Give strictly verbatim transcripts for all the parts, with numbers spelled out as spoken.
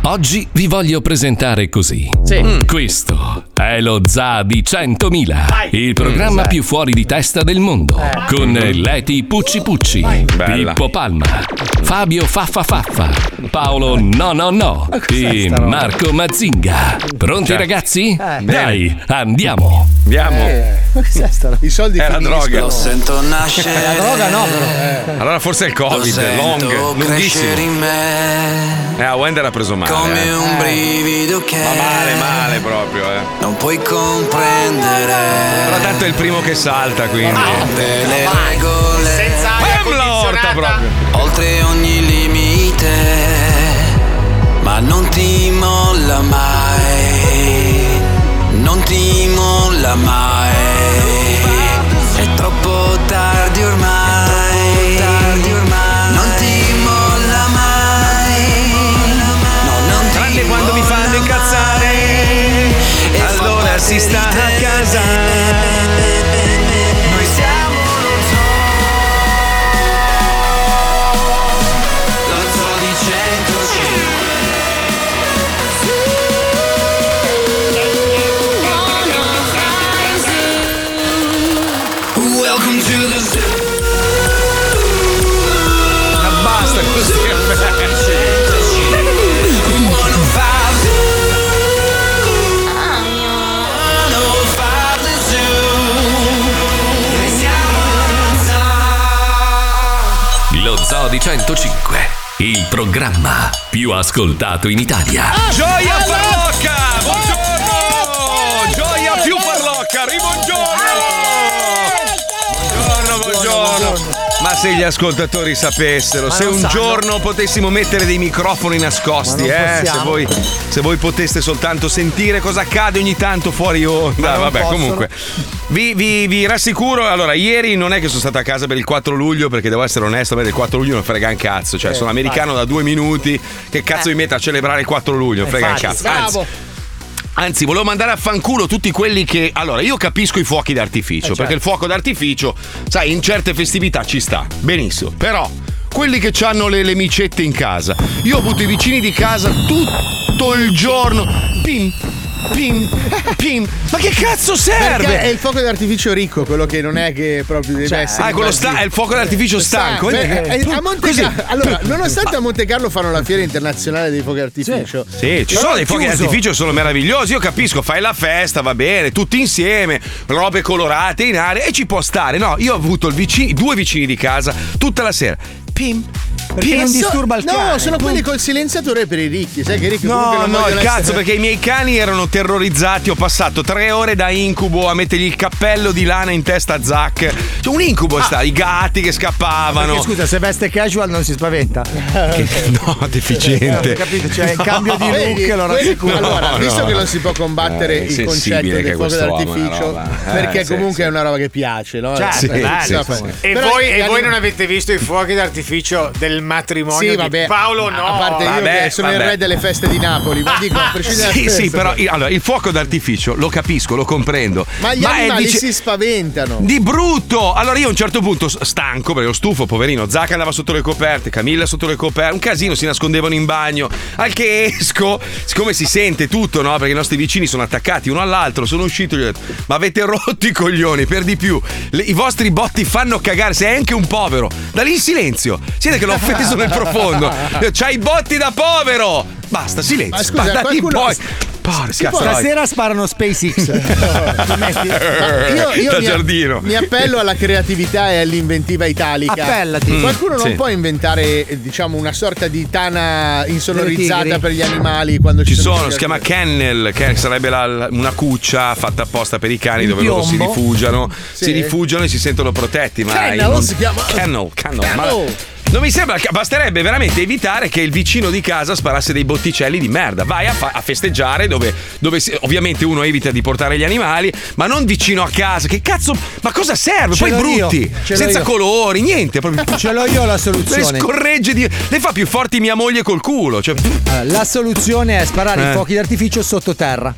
Oggi vi voglio presentare così. Sì. Mm. Questo è lo Za di centomila, il programma Mm, più fuori di testa del mondo. Eh. Con Leti Pucci Pucci, Bella. Pippo Palma, Fabio Faffa Faffa, Paolo No No No e sta roba? Marco Mazzinga. Pronti Certo. ragazzi? Eh. Dai, andiamo. Andiamo. Eh, ma cos'è sta roba? I soldi È la finiscono. droga. Lo sento nascere. La droga no, però. Allora forse è il Lo Covid, long, sento crescere lunghissimo. in me. Eh, a Wender ha preso male. Come eh. un brivido che Ma male, male proprio, eh. non puoi comprendere. Però tanto è il primo che salta, quindi. Rompe le regole Senza aria Bam, l'orta condizionata. proprio. oltre ogni limite, ma non ti molla mai, non ti molla mai. È troppo tardi ormai, non ti molla mai. No, non ti Tranne quando mi molla fanno incazzare, mai. E fa allora parte si sta di a te. casa. Noi siamo lo zoo, lo zoo di centocinque. Welcome to the zoo. Ma basta così. Lo Zoo di centocinque, il programma più ascoltato in Italia. Gioia Farlocca! Buongiorno! Gioia più Farlocca! Ribuongiorno! Buongiorno, buongiorno! Ma se gli ascoltatori sapessero, se non un sanno. giorno potessimo mettere dei microfoni nascosti, Ma non eh, se possiamo. voi, se voi poteste soltanto sentire cosa accade ogni tanto fuori onda. Ma non Vabbè, possono. comunque. Vi, vi- vi rassicuro, allora, ieri non è che sono stato a casa per il quattro luglio, perché devo essere onesto, a me del quattro luglio non frega un cazzo. Cioè, Eh, sono americano da due minuti. Che cazzo mi metto a celebrare il quattro luglio? Frega un infatti, cazzo. Anzi, Bravo. Anzi, volevo mandare a fanculo tutti quelli che. Allora, io capisco i fuochi d'artificio, perché il fuoco d'artificio, sai, in certe festività ci sta. Benissimo. Però, quelli che hanno le, le micette in casa. Io ho avuto i vicini di casa tutto il giorno. Pim, pim, pim. Ma che cazzo serve? Perché è il fuoco d'artificio ricco, quello che non è che proprio deve essere. Ah, quello sta- è il fuoco d'artificio stanco. Beh, Eh, eh, a Monte così. Carlo, allora, nonostante a Monte Carlo fanno la fiera internazionale dei fuochi d'artificio, Sì, ci però sono dei è fuochi chiuso. d'artificio che sono meravigliosi. Io capisco, fai la festa, va bene, tutti insieme, robe colorate in aria e ci può stare. No, io ho avuto il vicini- due vicini di casa tutta la sera. Pim. Perché non So- disturba il cane. No, sono quelli col silenziatore per i ricchi. Sai che i ricchi comunque No, non no, vogliono il cazzo, essere- perché i miei cani erano terrorizzati. Ho passato tre ore da incubo a mettergli il cappello di lana in testa a Zac. Cioè, un incubo Ah. sta, i gatti che scappavano. Perché, scusa, se veste casual non si spaventa. No, deficiente. Capito? C'è il No. cambio di Vedi, look, lo quelli- rassicuro. allora, No, visto no. che non si può combattere Eh, il concetto insensibile del che fuoco quest'uomo è una d'artificio, roba. Eh, perché sì, comunque sì. è una roba che piace, no? Certo, Sì, Eh, sì, no, sì. E, però voi, gli e voi anim- non avete visto i fuochi d'artificio del matrimonio Sì, di vabbè. Paolo no. A parte io Vabbè, che sono vabbè. il re delle feste di Napoli, ma dico, a prescindere Sì, da sì, questo, però io- allora, il fuoco d'artificio lo capisco, lo comprendo. Ma gli è il animali vice- si spaventano. Di brutto! Allora io a un certo punto, s- stanco, perché ero stufo, poverino, Zac andava sotto le coperte, Camilla sotto le coperte, un casino, si nascondevano in bagno. Al che esco, siccome si sente tutto, no? Perché i nostri vicini sono attaccati uno all'altro, sono uscito e gli ho detto: ma avete rotto i coglioni, per di più. Le- I vostri botti fanno cagare, sei anche un povero. Da lì in silenzio. Siete che l'ho offeso nel profondo. C'hai i botti da povero! Basta, silenzio. Ma scusa, da lì in qualcuno- poi. Porca può- troia. Stasera sparano SpaceX. Ti metti? Ma io, io da mi, giardino. mi appello alla creatività e all'inventiva italica. Appellati. Qualcuno non sì. può inventare, eh, diciamo, una sorta di tana Delle insonorizzata tigri. per gli animali quando ci, Ci sono, questi si chiama artifici? kennel, che sarebbe la- la- una cuccia fatta apposta per i cani Il dove loro si piombo. rifugiano, Sì. si rifugiano e si sentono protetti. Ma Kennel non- si chiama? Kennel, kennel, ma- Kennel. non mi sembra che basterebbe veramente evitare che il vicino di casa sparasse dei botticelli di merda. Vai a, fa- a festeggiare dove, dove si- ovviamente uno evita di portare gli animali, ma non vicino a casa. Che cazzo? Ma cosa serve? Ce Poi l'ho io, brutti, ce l'ho senza io. colori, niente. Proprio. Ce l'ho io la Le soluzione. scorregge di. Le fa più forti mia moglie col culo. Cioè, Allora, la soluzione è sparare Eh. i fuochi d'artificio sottoterra.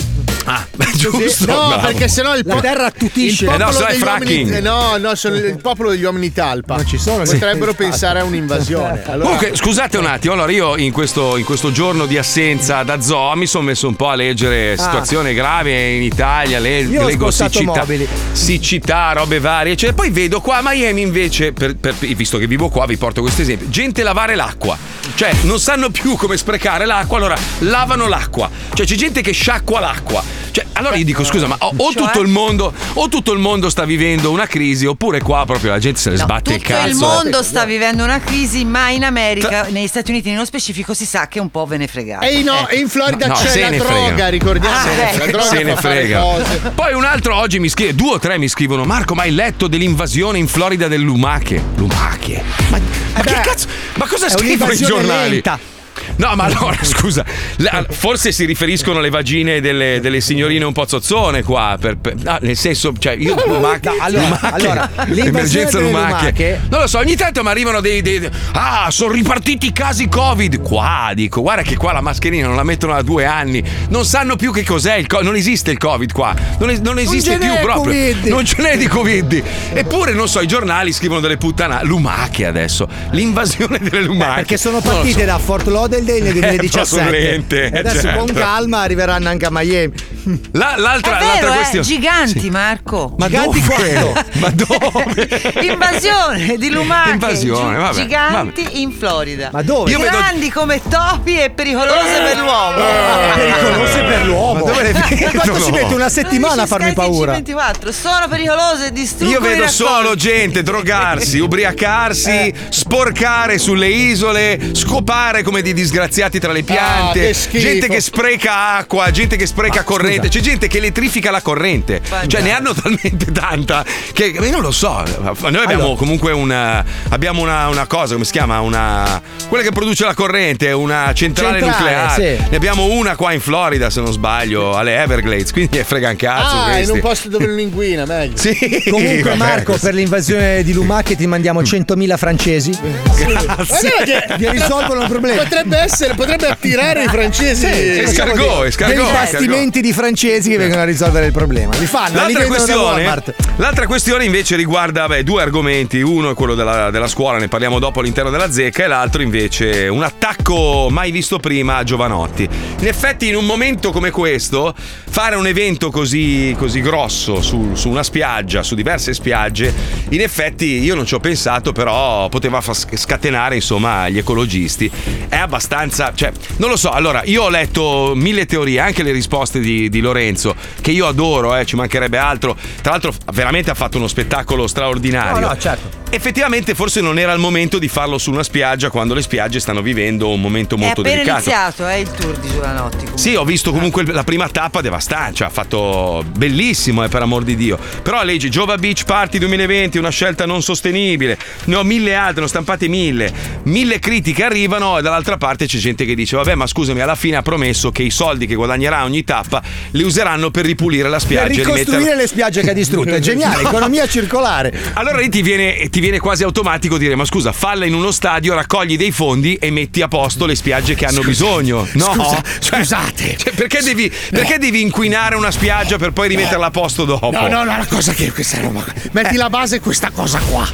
Ah, giusto. No, bravo. perché sennò il La po- terra attutisce. il Eh no, popolo so è degli fracking. uomini, eh, no, no, sono il popolo degli uomini talpa. Non ci sono. Potrebbero infatti. pensare a un'invasione. Allora, Comunque, scusate un attimo, allora io in questo, in questo giorno di assenza da zoo mi sono messo un po' a leggere situazione grave in Italia, le, Io ho leggo spostato siccità, mobili. siccità, robe varie, cioè, poi vedo qua a Miami invece, per, per- visto che vivo qua vi porto questo esempio, gente lavare l'acqua, cioè non sanno più come sprecare l'acqua, allora lavano l'acqua, cioè c'è gente che sciacqua l'acqua, cioè allora io dico scusa ma o, o Cioè? tutto il mondo o tutto il mondo sta vivendo una crisi oppure qua proprio la gente se ne No, sbatte il tutto cazzo. il mondo sta vivendo una crisi, ma in America, Tra- negli Stati Uniti nello specifico, si sa che un po' ve ne fregate. e, in, Ecco. e in Florida No, c'è se la ne droga, frega. ricordiamo. Ah, la ecco. droga Se ne fa fare frega. cose. Poi un altro oggi mi scrive, due o tre mi scrivono: Marco, ma hai letto dell'invasione in Florida del lumache? Lumache? Ma, ma che beh, cazzo? Ma cosa È scrivono i un'invasione giornali? lenta. No, ma allora scusa, la- forse si riferiscono alle vagine delle, delle signorine un po' zozzone qua. Per, per- no, nel senso, cioè, io lumache, No, allora- lumache, allora, l'invasione l'emergenza delle lumache. lumache- Non lo so, ogni tanto mi arrivano dei, dei- ah, sono ripartiti i casi Covid. Qua dico, guarda che qua la mascherina non la mettono da due anni. Non sanno più che cos'è il Covid. Non esiste il Covid qua. Non, es- non esiste ce più n'è proprio. Covid. Non ce n'è di Covid. Eppure, non so, i giornali scrivono delle puttanate. Lumache adesso. L'invasione delle lumache. Perché sono Non lo partite so. da Fort Lauderdale nel duemiladiciassette. sono lente, E adesso certo. con calma arriveranno anche a Miami. La- È l'altra, vero, l'altra eh? questione. Giganti, Marco. Ma Giganti quanto? Ma dove? Invasione di lumache Invasione, gi- vabbè, giganti in Florida. Ma dove? Io vedo- Grandi come topi e pericolose per l'uomo. Pericolose per l'uomo. Ma dove le vedo? Quanto ci mette una settimana a farmi paura? ventiquattro Sono pericolose e distruggono Io i vedo raccolti. solo gente drogarsi, ubriacarsi, Eh. sporcare sulle isole, scopare come dei disgraziati tra le piante, che schifo. gente che spreca acqua, gente che spreca corrente, c'è gente che elettrifica la corrente. Cioè ne hanno talmente tanta che io non lo so. Noi abbiamo Allora. comunque una abbiamo una, una cosa, come si chiama? Una quella che produce la corrente, una centrale, Centrale, nucleare. sì. Ne abbiamo una qua in Florida, se non sbaglio, alle Everglades, quindi frega un cazzo Ah, in questi. un posto dove non inquina, meglio. Sì, Comunque vabbè. Marco, per l'invasione di lumache ti mandiamo centomila francesi. Guarda che Vi risolvono il problema. potrebbe essere, potrebbe attirare i francesi. Escargot, escargot, Dei bastimenti di francesi che vengono a risolvere il problema. Li fanno, li L'altra vendono da questione, Walmart. l'altra questione invece riguarda beh, due argomenti. Uno è quello della, della scuola, ne parliamo dopo all'interno della zecca, e l'altro invece un attacco mai visto prima a Giovanotti. In effetti in un momento come questo fare un evento così, così grosso su, su una spiaggia, su diverse spiagge, in effetti io non ci ho pensato, però poteva far scatenare insomma gli ecologisti. È abbastanza, cioè non lo so, allora io ho letto mille teorie, anche le risposte di, di Lorenzo, che io adoro, eh, ci mancherebbe altro. Tra l'altro veramente ha fatto uno spettacolo straordinario. No, no, certo. Effettivamente forse non era il momento di farlo su una spiaggia quando le spiagge stanno vivendo un momento È molto appena delicato. iniziato, è il tour di Giovanotti. comunque. Sì, ho visto comunque la prima tappa devastante, cioè ha fatto bellissimo, eh, per amor di Dio. Però leggi Giova Beach Party duemilaventi, una scelta non sostenibile. Ne ho mille altre, ne ho stampate mille. Mille critiche arrivano e dall'altra parte c'è gente che dice vabbè, ma scusami, alla fine ha promesso che i soldi che guadagnerà ogni tappa li useranno per ripulire la Per spiaggia e ricostruire rimetterla- le spiagge che ha distrutto. È geniale, economia circolare. Allora lì ti viene, ti viene quasi automatico dire ma scusa, falla in uno stadio, raccogli dei fondi e metti a posto le spiagge che hanno bisogno. No, scusa, Cioè, scusate. cioè, perché, devi, perché devi inquinare una spiaggia per poi rimetterla a posto dopo? No, no, no, la cosa che questa roba. Metti la base questa cosa qua.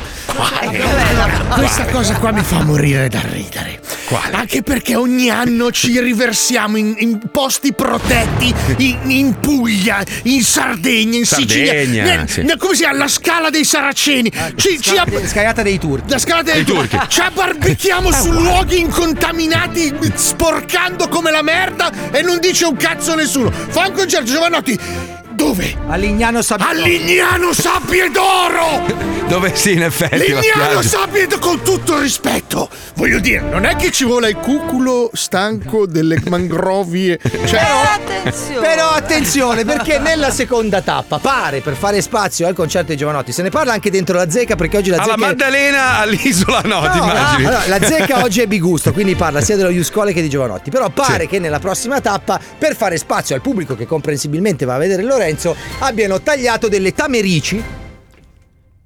Allora, questa cosa qua mi fa morire da ridere. Quale? Anche perché ogni anno ci riversiamo in, in posti protetti in, in Puglia, in Sardegna, in Sardegna, Sicilia. Ne- sì. ne- come si chiama? La scala dei Saraceni. Ci, ci ab- Scagata dei turchi. la scala dei Dei turchi. Ci abbarbichiamo su luoghi incontaminati, sporcando come la merda, e non dice un cazzo nessuno. Fa un concerto, Giovanotti. Dove? A Lignano Sabino. A Lignano Sabbie d'Oro! Dove sì, in effetti la Lignano spiaggia. Sabbie d'Oro, con tutto il rispetto. Voglio dire, non è che ci vuole il cuculo stanco delle mangrovie. Cioè, Eh, attenzione. Però attenzione, perché nella seconda tappa pare, per fare spazio al concerto di Giovanotti, se ne parla anche dentro la zecca, perché oggi la Alla zecca è- Maddalena, all'isola no, ti No, immagini? allora, la zecca oggi è bigusto, quindi parla sia dello Iuscole che di Giovanotti. Però pare Sì. che nella prossima tappa, per fare spazio al pubblico che comprensibilmente va a vedere Lorenzo, abbiano tagliato delle tamerici.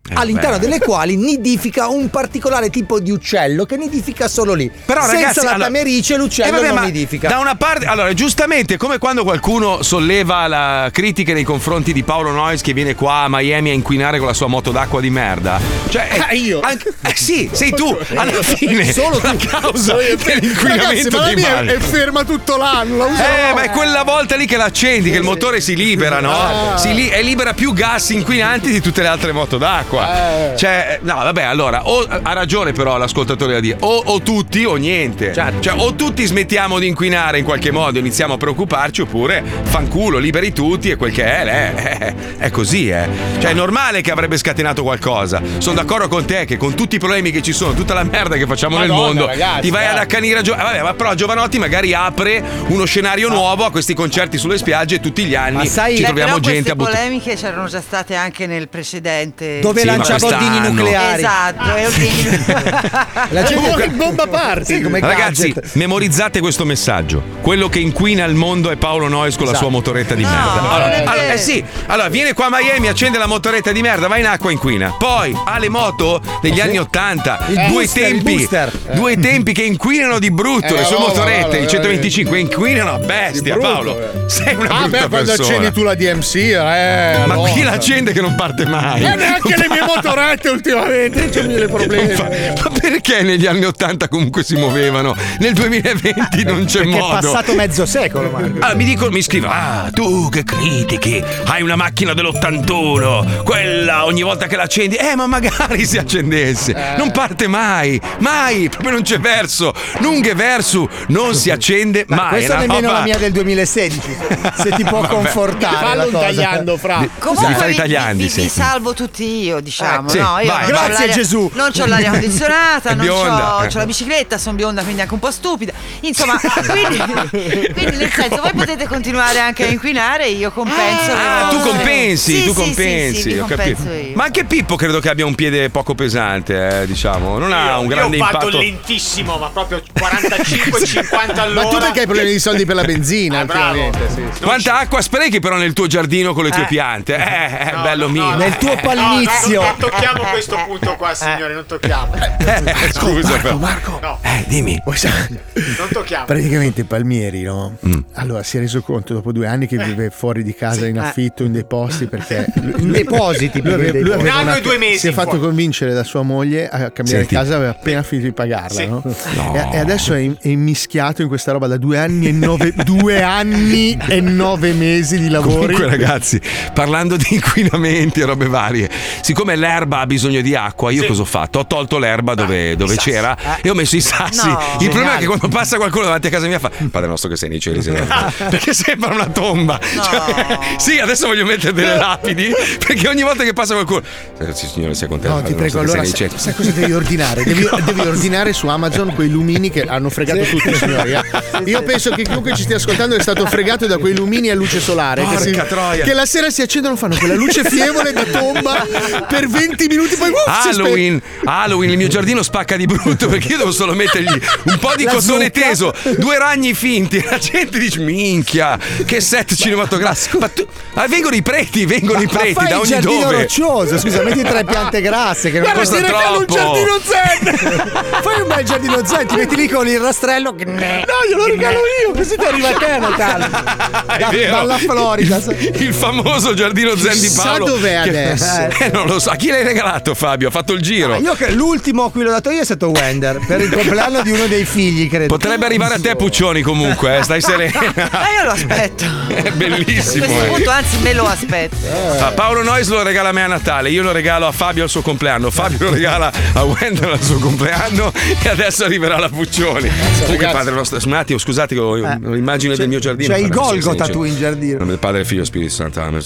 all'interno beh. delle quali nidifica un particolare tipo di uccello che nidifica solo lì. Però, senza ragazzi, la allora- tamerice l'uccello Eh, vabbè, non ma nidifica. Da una parte, allora, giustamente, è come quando qualcuno solleva la critica nei confronti di Paolo Noyes che viene qua a Miami a inquinare con la sua moto d'acqua di merda. Cioè, eh, Ah, io? anche- eh sì, sei tu. Alla fine, Solo tu. la causa Solo io. dell'inquinamento Ragazzi, ma la dei mia mari. è ferma tutto l'anno. La uso. Eh, ma è quella volta lì che l'accendi, che il motore si libera, no? Ah. Si li- e libera più gas inquinanti di tutte le altre moto d'acqua. Eh. Cioè, no, vabbè, allora, o, ha ragione però l'ascoltatore a dire, o, o tutti o niente. Certo. Cioè, o tutti smettiamo di inquinare in qualche modo, iniziamo a preoccuparci, oppure fanculo, liberi tutti e quel che è, è, è, è così, eh. Cioè, è normale che avrebbe scatenato qualcosa. Sono d'accordo con te che con tutti i problemi che ci sono, tutta la merda che facciamo Madonna, nel mondo, ragazzi, ti vai dai. ad accanire a Gio- vabbè, ma però Giovanotti magari apre uno scenario nuovo a questi concerti sulle spiagge e tutti gli anni Ma sai- ci Beh, troviamo però gente a queste buttare. polemiche c'erano già state anche nel precedente. Dove Sì, ma lanciava ordigni quest'anno. nucleari. Esatto, e ordini- La gente Comunque, bomba party. Sì, come Ragazzi, gadget. memorizzate questo messaggio. Quello che inquina il mondo è Paolo Noyes con la sua motoretta di No, merda. non Allora, è allora, vero. eh sì, allora viene qua a Miami, accende la motoretta di merda, va in acqua, inquina. Poi ha le moto degli anni ottanta, Il due booster, il tempi, booster. due tempi che inquinano di brutto. Eh, le sue no, motorette, no, no, i centoventicinque, inquinano a bestia, Di brutto, Paolo. eh. Sei una Ah, brutta beh, quando persona. accendi tu la D M C, eh. Ma allora. chi l'accende che non parte mai? E neanche le mie motorette ultimamente c'ho delle problemi. Ma ma perché negli anni ottanta comunque si muovevano? Nel duemilaventi non c'è Perché è modo. passato mezzo secolo, Marco. Ah, mi dico, mi scrivo, ah, tu che critichi, hai una macchina dell'ottantuno, quella ogni volta che l'accendi, eh, ma magari si accendesse, non parte mai, mai, proprio non c'è verso, nunghe verso, non si accende mai. Questa è è una nemmeno roba- la mia del duemilasedici. Se ti può Vabbè. confortare. Fallo la un cosa. tagliando, fra. Devi Comunque fare vi, italiani, vi- sì. vi salvo tutti io, diciamo. Eh, sì, no, io vai, non vai. c'ho Grazie, l'aria- Gesù. Non c'ho l'aria condizionata, È non bionda. c'ho, c'ho la bicicletta, sono bionda, quindi anche un po' stupida. Insomma, quindi, quindi nel senso, voi potete continuare anche a inquinare, io compenso. le Ah, tu vostre- compensi, Sì, tu sì, compensi, Sì, sì, vi ho capito. compenso io. Ma anche Pippo credo che abbia un piede poco pesante, eh, diciamo, non ha un grande io vado impatto. lentissimo, ma proprio quarantacinque cinquanta all'ora. Ma tu perché hai problemi di soldi per la benzina? Ah, bravo. ultimamente? Sì, sì. Quanta acqua sprechi però nel tuo giardino con le tue piante? Eh, eh, No, bello no, mio. no, Nel tuo no, pallizio. No, non tocchiamo questo punto qua, signori, non tocchiamo. Eh, scusa, però. Marco, No, Eh, dimmi. vuoi sa- non tocchiamo. praticamente Palmieri, no? Mm. Allora si è reso conto dopo due anni che vive fuori di casa in affitto in dei posti perché In depositi. lui aveva, dei lui depositi. aveva Un anno una- e due mesi si è in fatto fuori. convincere da sua moglie a cambiare Senti. casa, aveva appena finito di pagarla, Sì. no? No. E, e adesso è, in- è immischiato in questa roba da due anni e nove due anni e nove mesi di lavori. Comunque, ragazzi, parlando di inquinamenti e robe varie, siccome l'erba ha bisogno di acqua, io Sì. cosa ho fatto? Ho tolto l'erba dove, dove sassi. c'era e ho messo i sassi. No. Il problema è che quando passa qualcuno davanti a casa mia fa Padre nostro che sei nei cieli, sei perché sembra una tomba. Cioè, sì, adesso voglio mettere delle lapidi perché ogni volta che passa qualcuno eh, sì, signore, sia contento. No, ti Padre prego, nostro che allora sei sai, nei cieli. sai cosa devi ordinare? Devi, devi ordinare su Amazon quei lumini che hanno fregato tutti, signori. eh. Io penso che chiunque ci stia ascoltando è stato fregato da quei lumini a luce solare che, si- Porca troia. che la sera si accendono, fanno quella luce fievole da tomba per venti minuti, poi uff, si spe- Halloween, Halloween, il mio giardino spacca di brutto perché io devo solo mettergli un po' di La cotone zucca. teso, due ragni finti. La gente dice: minchia, che set cinematografico. Ma tu, ah, vengono i preti, vengono i Ma preti fai da il ogni giardino dove. roccioso, scusa, metti tre piante grasse che non Guarda, costa ti regalo un troppo. giardino zen! Fai un bel giardino zen, ti metti lì con il rastrello. No, glielo regalo io, così ti arriva a te a Natale. È Da- vero. dalla Florida. Il, il famoso giardino zen di Chissà Paolo. dov'è che- adesso. Eh, non lo so. A chi l'hai regalato, Fabio? Ha fatto il giro. Io che l'ultimo a cui l'ho dato io è stato Wender per il compleanno di uno dei figli, credo. Potrebbe arrivare a te, Puccioni, comunque, eh, stai serena. Ma io lo aspetto. È A bellissimo. questo eh. punto, anzi, me lo aspetto. Ah, Paolo Noyes lo regala a me a Natale, io lo regalo a Fabio al suo compleanno, Fabio lo regala a Wendell al suo compleanno e adesso arriverà la Puccioni. Comunque padre nostro, un attimo, scusate che ho l'immagine del mio giardino. C'hai il Padre nostro che Golgota sei in tu in cielo. giardino. Nome del Padre, Figlio e Spirito Santo. Amen.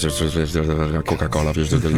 Coca-Cola.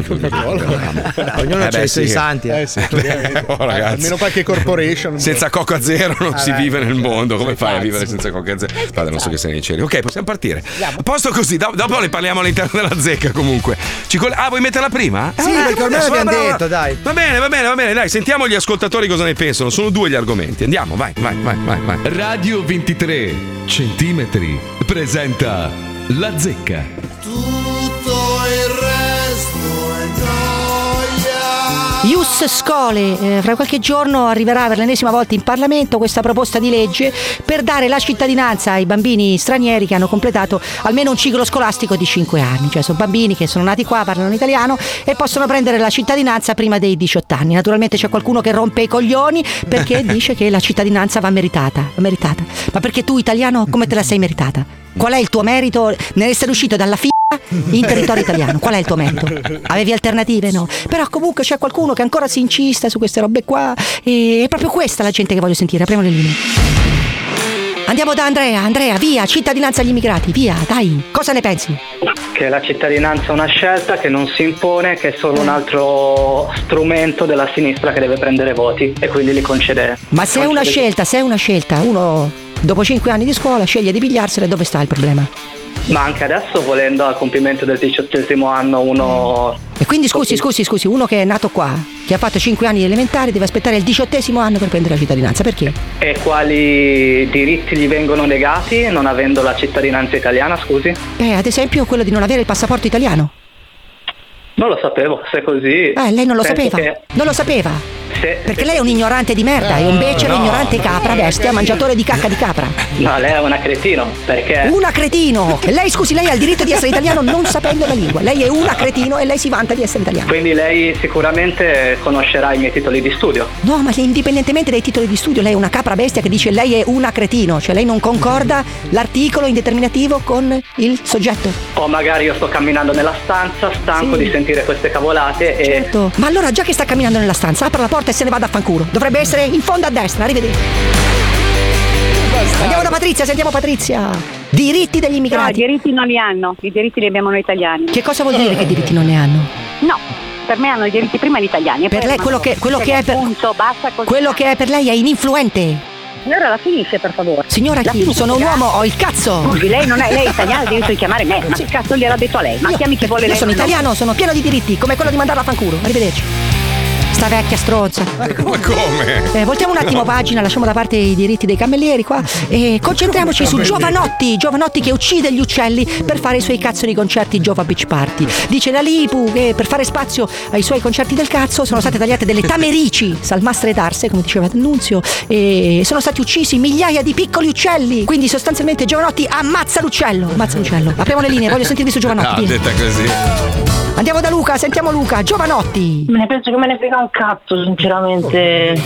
Ognuno Eh ha beh, i suoi sì. santi. eh. Eh sì, Oh, ragazzi. almeno qualche corporation. Senza Coca Zero non si vive nel mondo. Come fai a vivere senza Coca Zero? Padre nostro che sei nei cieli. Ok, possiamo partire. A posto così, do- dopo ne parliamo all'interno della zecca comunque. Ci coll- ah, vuoi metterla prima? Sì, perché ormai adesso, l'abbiamo va, va, va. detto, dai. Va bene, va bene, va bene, dai, sentiamo gli ascoltatori cosa ne pensano. Sono due gli argomenti. Andiamo, vai, vai, vai, vai, vai. Radio ventitré centimetri presenta La Zecca. Tutto il resto è gioia. Ius Schole, eh, fra qualche giorno arriverà per l'ennesima volta in Parlamento questa proposta di legge per dare la cittadinanza ai bambini stranieri che hanno completato almeno un ciclo scolastico di cinque anni, cioè sono bambini che sono nati qua, parlano italiano e possono prendere la cittadinanza prima dei diciotto anni. Naturalmente c'è qualcuno che rompe i coglioni perché dice che la cittadinanza va meritata, va meritata. Ma perché tu italiano come te la sei meritata? Qual è il tuo merito nell'essere uscito dalla f***a in territorio italiano? Qual è il tuo merito? Avevi alternative? No. Però comunque c'è qualcuno che ancora si incista su queste robe qua e è proprio questa la gente che voglio sentire. Apriamo le linee. Andiamo da Andrea. Andrea, via, cittadinanza agli immigrati, via, dai, cosa ne pensi? Che la cittadinanza è una scelta che non si impone, che è solo un altro strumento della sinistra che deve prendere voti e quindi li concede. Ma se è una scelta, se è una scelta, uno dopo cinque anni di scuola sceglie di pigliarsela, dove sta il problema? Ma anche adesso, volendo al compimento del diciottesimo anno, uno... E quindi scusi, scusi, scusi, uno che è nato qua, che ha fatto cinque anni di elementari, deve aspettare il diciottesimo anno per prendere la cittadinanza, perché? E quali diritti gli vengono negati non avendo la cittadinanza italiana, scusi? Beh, ad esempio quello di non avere il passaporto italiano. Non lo sapevo, se così... Eh, lei non lo penso sapeva? che- Non lo sapeva? Se, Perché lei è un ignorante di merda, è un becero, no. ignorante capra, bestia, mangiatore di cacca di capra. No, lei è una cretino, perché... Una cretino! E lei, scusi, lei ha il diritto di essere italiano non sapendo la lingua. Lei è una cretino e lei si vanta di essere italiano. Quindi lei sicuramente conoscerà i miei titoli di studio. No, ma indipendentemente dai titoli di studio, lei è una capra bestia che dice lei è una cretino, cioè lei non concorda l'articolo indeterminativo con il soggetto. O magari io sto camminando nella stanza, stanco Sì. di sentire queste cavolate e... Certo. Ma allora già che sta camminando nella stanza, apra la porta e se ne vada a fanculo. Dovrebbe essere in fondo a destra, arrivederci. Andiamo da Patrizia, sentiamo Patrizia. Diritti degli No, i immigrati. diritti non li hanno, i diritti li abbiamo noi italiani. Che cosa vuol dire che diritti non ne hanno? No, per me hanno i diritti prima gli italiani. e Per poi lei rimangono quello che, quello che è per punto, basta così. quello che è per lei è ininfluente. Signora, la finisce per favore. Signora, La chi? finisce, Sono un grazie. uomo, ho il cazzo. Scusi, lei non è, lei è italiana, ha diritto di chiamare me. Ma che cazzo gliel'ha detto a lei? Ma Io- chiami chi vuole Io lei. sono no? italiano, sono pieno di diritti, come quello di mandarla a fanculo. Arrivederci. Sta vecchia stronza. Ma come? Eh, voltiamo un attimo pagina, lasciamo da parte i diritti dei cammellieri qua e concentriamoci su Giovanotti, Giovanotti che uccide gli uccelli per fare i suoi cazzo di concerti Giova Beach Party. Dice la Lipu che per fare spazio ai suoi concerti del cazzo sono state tagliate delle tamerici, salmastre d'arse, come diceva D'Annunzio, e sono stati uccisi migliaia di piccoli uccelli. Quindi sostanzialmente Giovanotti ammazza l'uccello, ammazza l'uccello. Apriamo le linee, voglio sentirvi su Giovanotti. No, vieni. detta così. Andiamo da Luca, sentiamo Luca, Giovanotti. Me ne penso che me ne frega un cazzo, sinceramente.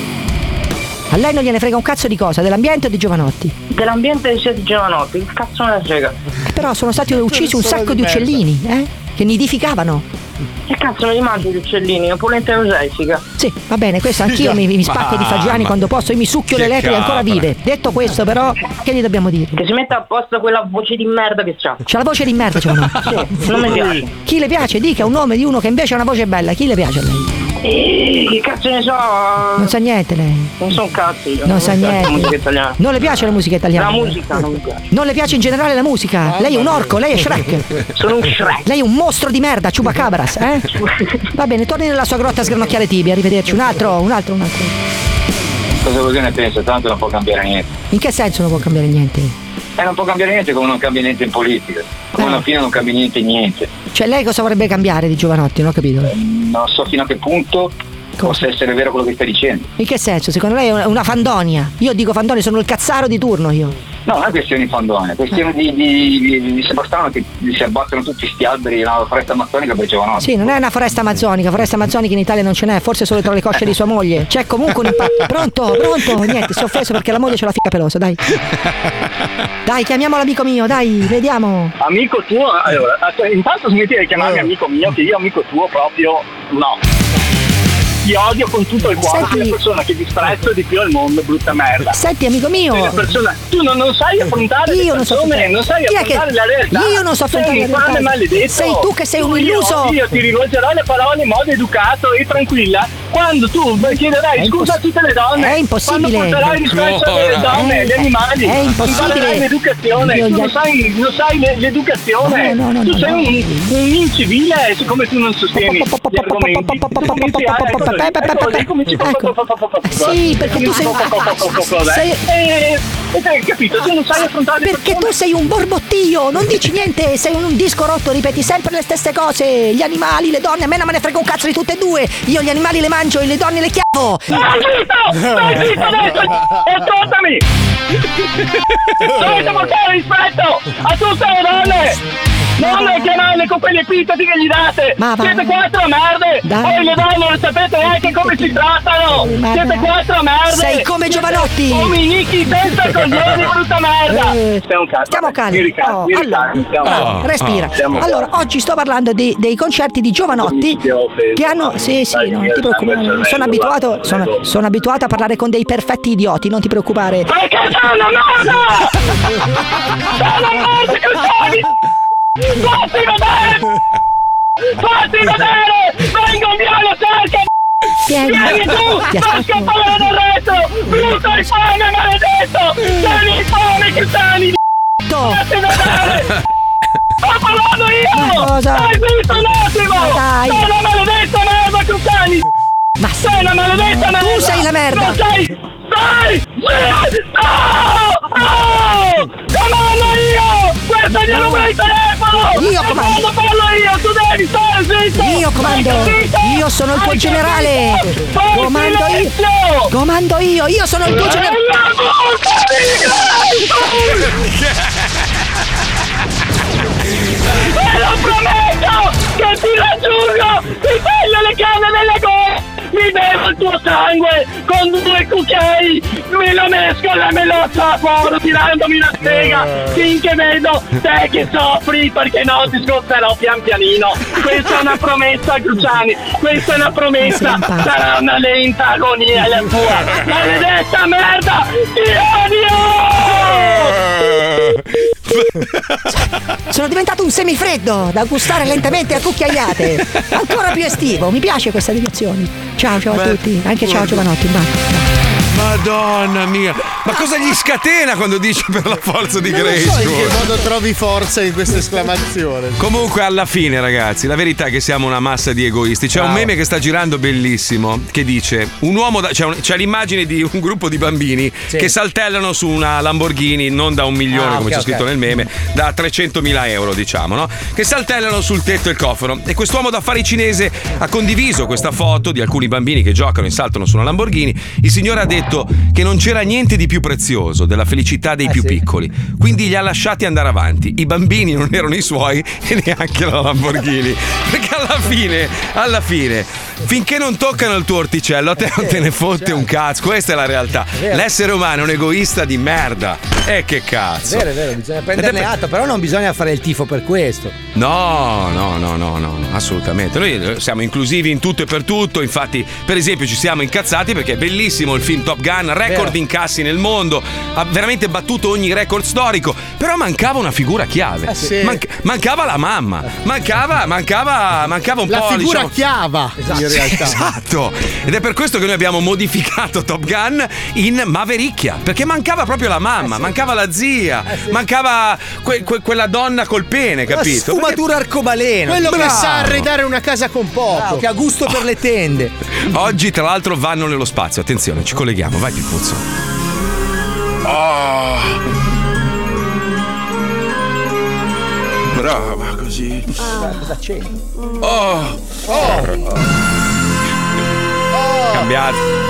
A lei non gliene frega un cazzo di cosa? Dell'ambiente o di Giovanotti? Dell'ambiente sia di Giovanotti, che cazzo me ne frega? Però sono stati uccisi un sacco di uccellini, eh? Che nidificavano. Che cazzo me li mangio gli uccellini? Ho polenta euseifica. Sì, va bene, questo anch'io mi, mi spacco di fagiani quando posso, io mi succhio Che le lepri ancora capra. vive. Detto questo, però, che gli dobbiamo dire? Che si metta a posto quella voce di merda che c'ha. C'ha la voce di merda, Giovanotti. Sì, non mi piace. Chi le piace? Dica un nome di uno che invece ha una voce bella. Chi le piace a lei? E che cazzo ne so? Non sa niente lei. Non so un cazzo io. Non sa mi piace niente. La musica italiana. Non le piace la musica italiana? La musica non mi piace. Non le piace in generale la musica? Lei è un orco, lei è Shrek. Sono un Shrek. Lei è un mostro di merda, Chupacabras, eh? Va bene, torni nella sua grotta a sgranocchiare tibia, arrivederci. Un altro, un altro, un altro. Cosa così ne pensa? Tanto non può cambiare niente. In che senso non può cambiare niente? Eh, non può cambiare niente come non cambia niente in politica. Come alla fine non cambia niente in niente. Cioè lei cosa vorrebbe cambiare di Giovanotti? Non ho capito. Non so fino a che punto possa essere vero quello che stai dicendo. In che senso? Secondo lei è una fandonia? Io dico fandonia, sono il cazzaro di turno io. No, non è questione di fandone, è questione di, di, di, di sembra strano che si abbattono tutti sti alberi nella foresta amazzonica per Giovanotti. Sì, non è una foresta amazzonica, foresta amazzonica in Italia non ce n'è, forse solo tra le cosce di sua moglie. C'è comunque un impatto. Pronto, pronto? Niente, si è offeso perché la moglie c'ha la fica pelosa, dai. Dai, chiamiamo l'amico mio, dai, vediamo. Amico tuo, allora, intanto smetti di chiamarmi amico mio, che io amico tuo proprio no. Ti odio con tutto il cuore, sei la persona che disprezzo di più al mondo, brutta merda. Senti, amico mio. Sei la persona, tu non, non sai affrontare Io le non so persone, affrontare. non sai Chi è affrontare che- la realtà. Io non so affrontare sei la un infame realtà. maledetto. Sei tu che sei un io- illuso. Io ti rivolgerò le parole in modo educato e tranquilla quando tu chiederai scusa a tutte le donne, è impossibile. quando porterai rispetto alle donne, agli animali, è impossibile. imparerai l'educazione, Io tu gli- lo sai, lo sai le- l'educazione, No, no, no, tu no, sei no. un, un incivile siccome tu non sostieni gli argomenti. Cominci a- ecco, ecco, cominci a- Sì, perché tu sei un sei- E e hai capito, tu non sai affrontare le Perché tu sei un borbottio, non dici niente, sei un disco rotto, ripeti sempre le stesse cose. Gli animali, le donne, a me non me ne frega un cazzo di tutte e due. Io gli animali le mangio e le donne le chiavo. Stai zitto! Stai zitto adesso! Ascoltami! Dovete portare rispetto a tutte le donne! Non le chiamarle con quegli epiteti che gli date! Ma va. Siete quattro merde! Dai. Poi le donne non sapete neanche come si trattano! Ma Siete dai. quattro merde! Sei come Giovanotti. Ominichi senza coglioni, brutta merda! Eh, Sei un cazzo! Stiamo calmi. Mi ricalmi, Oh, mi allora, ricalmi, stiamo allora, calmi. respira. Stiamo Allora, calmi. oggi sto parlando di- dei concerti di Giovanotti che hanno. Sì, sì, non ti preoccupare. Sono abituato, sono, sono abituato a parlare con dei perfetti idioti, non ti preoccupare. Perché sei una merda! Sei una merda che sei! Fatti vedere! Fatti vedere! Vengo via lo cerca! Vieni, Vieni tu! ti Non aspetto. scappare dal retro! Brutto infame maledetto! Sei infame che sei! Fatti vedere! Sto parlando io! Ma cosa? Stai zitto un attimo! Ma dai. Sei una maledetta merda che sei! Ma Sei una maledetta merda! tu sei la merda. Non sei! Stai! No! Oh! Comando io! Questo è il numero di telefono! Io comando. Quando parlo io, tu devi stare zitto! Io comando. Hai capito? Io sono il tuo Hai generale. capito? Fai Comando io. silenzio! Comando io, io sono il tuo E generale. la E lo prometto che ti raggiungo! Ti taglio le canne delle gola! Mi bevo il tuo sangue con due cucchiai! Me lo mescolo e me lo assaporo tirandomi la sega! Finché vedo te che soffri perché no ti sgozzerò pian pianino! Questa è una promessa, Cruciani! Questa è una promessa! Sarà una lenta agonia la tua! Maledetta merda! Ti odio! Sono diventato un semifreddo da gustare lentamente a cucchiaiate. Ancora più estivo, mi piace questa direzione. Ciao, ciao a Beh, tutti. Anche ciao guarda. Giovanotti. Bye. Madonna mia, ma cosa gli scatena quando dice per la forza di Non so in che Grayskull? modo trovi forza in questa esclamazione. Comunque alla fine ragazzi, la verità è che siamo una massa di egoisti. C'è un Bravo. meme che sta girando bellissimo che dice un uomo da, c'è, un- c'è l'immagine di un gruppo di bambini Sì. che saltellano su una Lamborghini non da un milione Ah, come ok, c'è scritto ok. nel meme, da trecentomila euro diciamo, no? Che saltellano sul tetto e il cofano e quest'uomo d'affari cinese ha condiviso questa foto di alcuni bambini che giocano e saltano su una Lamborghini. Il signore ha detto che non c'era niente di più prezioso della felicità dei Eh, più sì. piccoli, quindi li ha lasciati andare avanti. I bambini non erano i suoi e neanche la Lamborghini, perché alla fine, alla fine, finché non toccano il tuo orticello, a te non te ne fotte un cazzo. Questa è la realtà. vero. L'essere umano è un egoista di merda. E che È cazzo. vero, è vero, bisogna prenderne atto, però non bisogna fare il tifo per questo. No, no, no, no, no, no, assolutamente. Noi siamo inclusivi in tutto e per tutto. Infatti, per esempio, ci siamo incazzati perché è bellissimo il film Top Gun, record Vero. incassi nel mondo, ha veramente battuto ogni record storico. Però mancava una figura chiave. Eh sì. Manc- mancava la mamma, mancava, mancava, mancava un La po'. figura diciamo, chiava in realtà. Esatto, ed è per questo che noi abbiamo modificato Top Gun in Mavericchia, perché mancava proprio la mamma, mancava la zia, mancava que- que- quella donna col pene, La capito? sfumatura arcobaleno. Quello che Bravo. sa arredare una casa con poco. Bravo, che ha gusto per le tende. Perché oggi, tra l'altro, vanno nello spazio. Attenzione, ci colleghiamo, vai Pippuzzo. Oh. Brava così. Cosa c'è? Oh. Cambiato.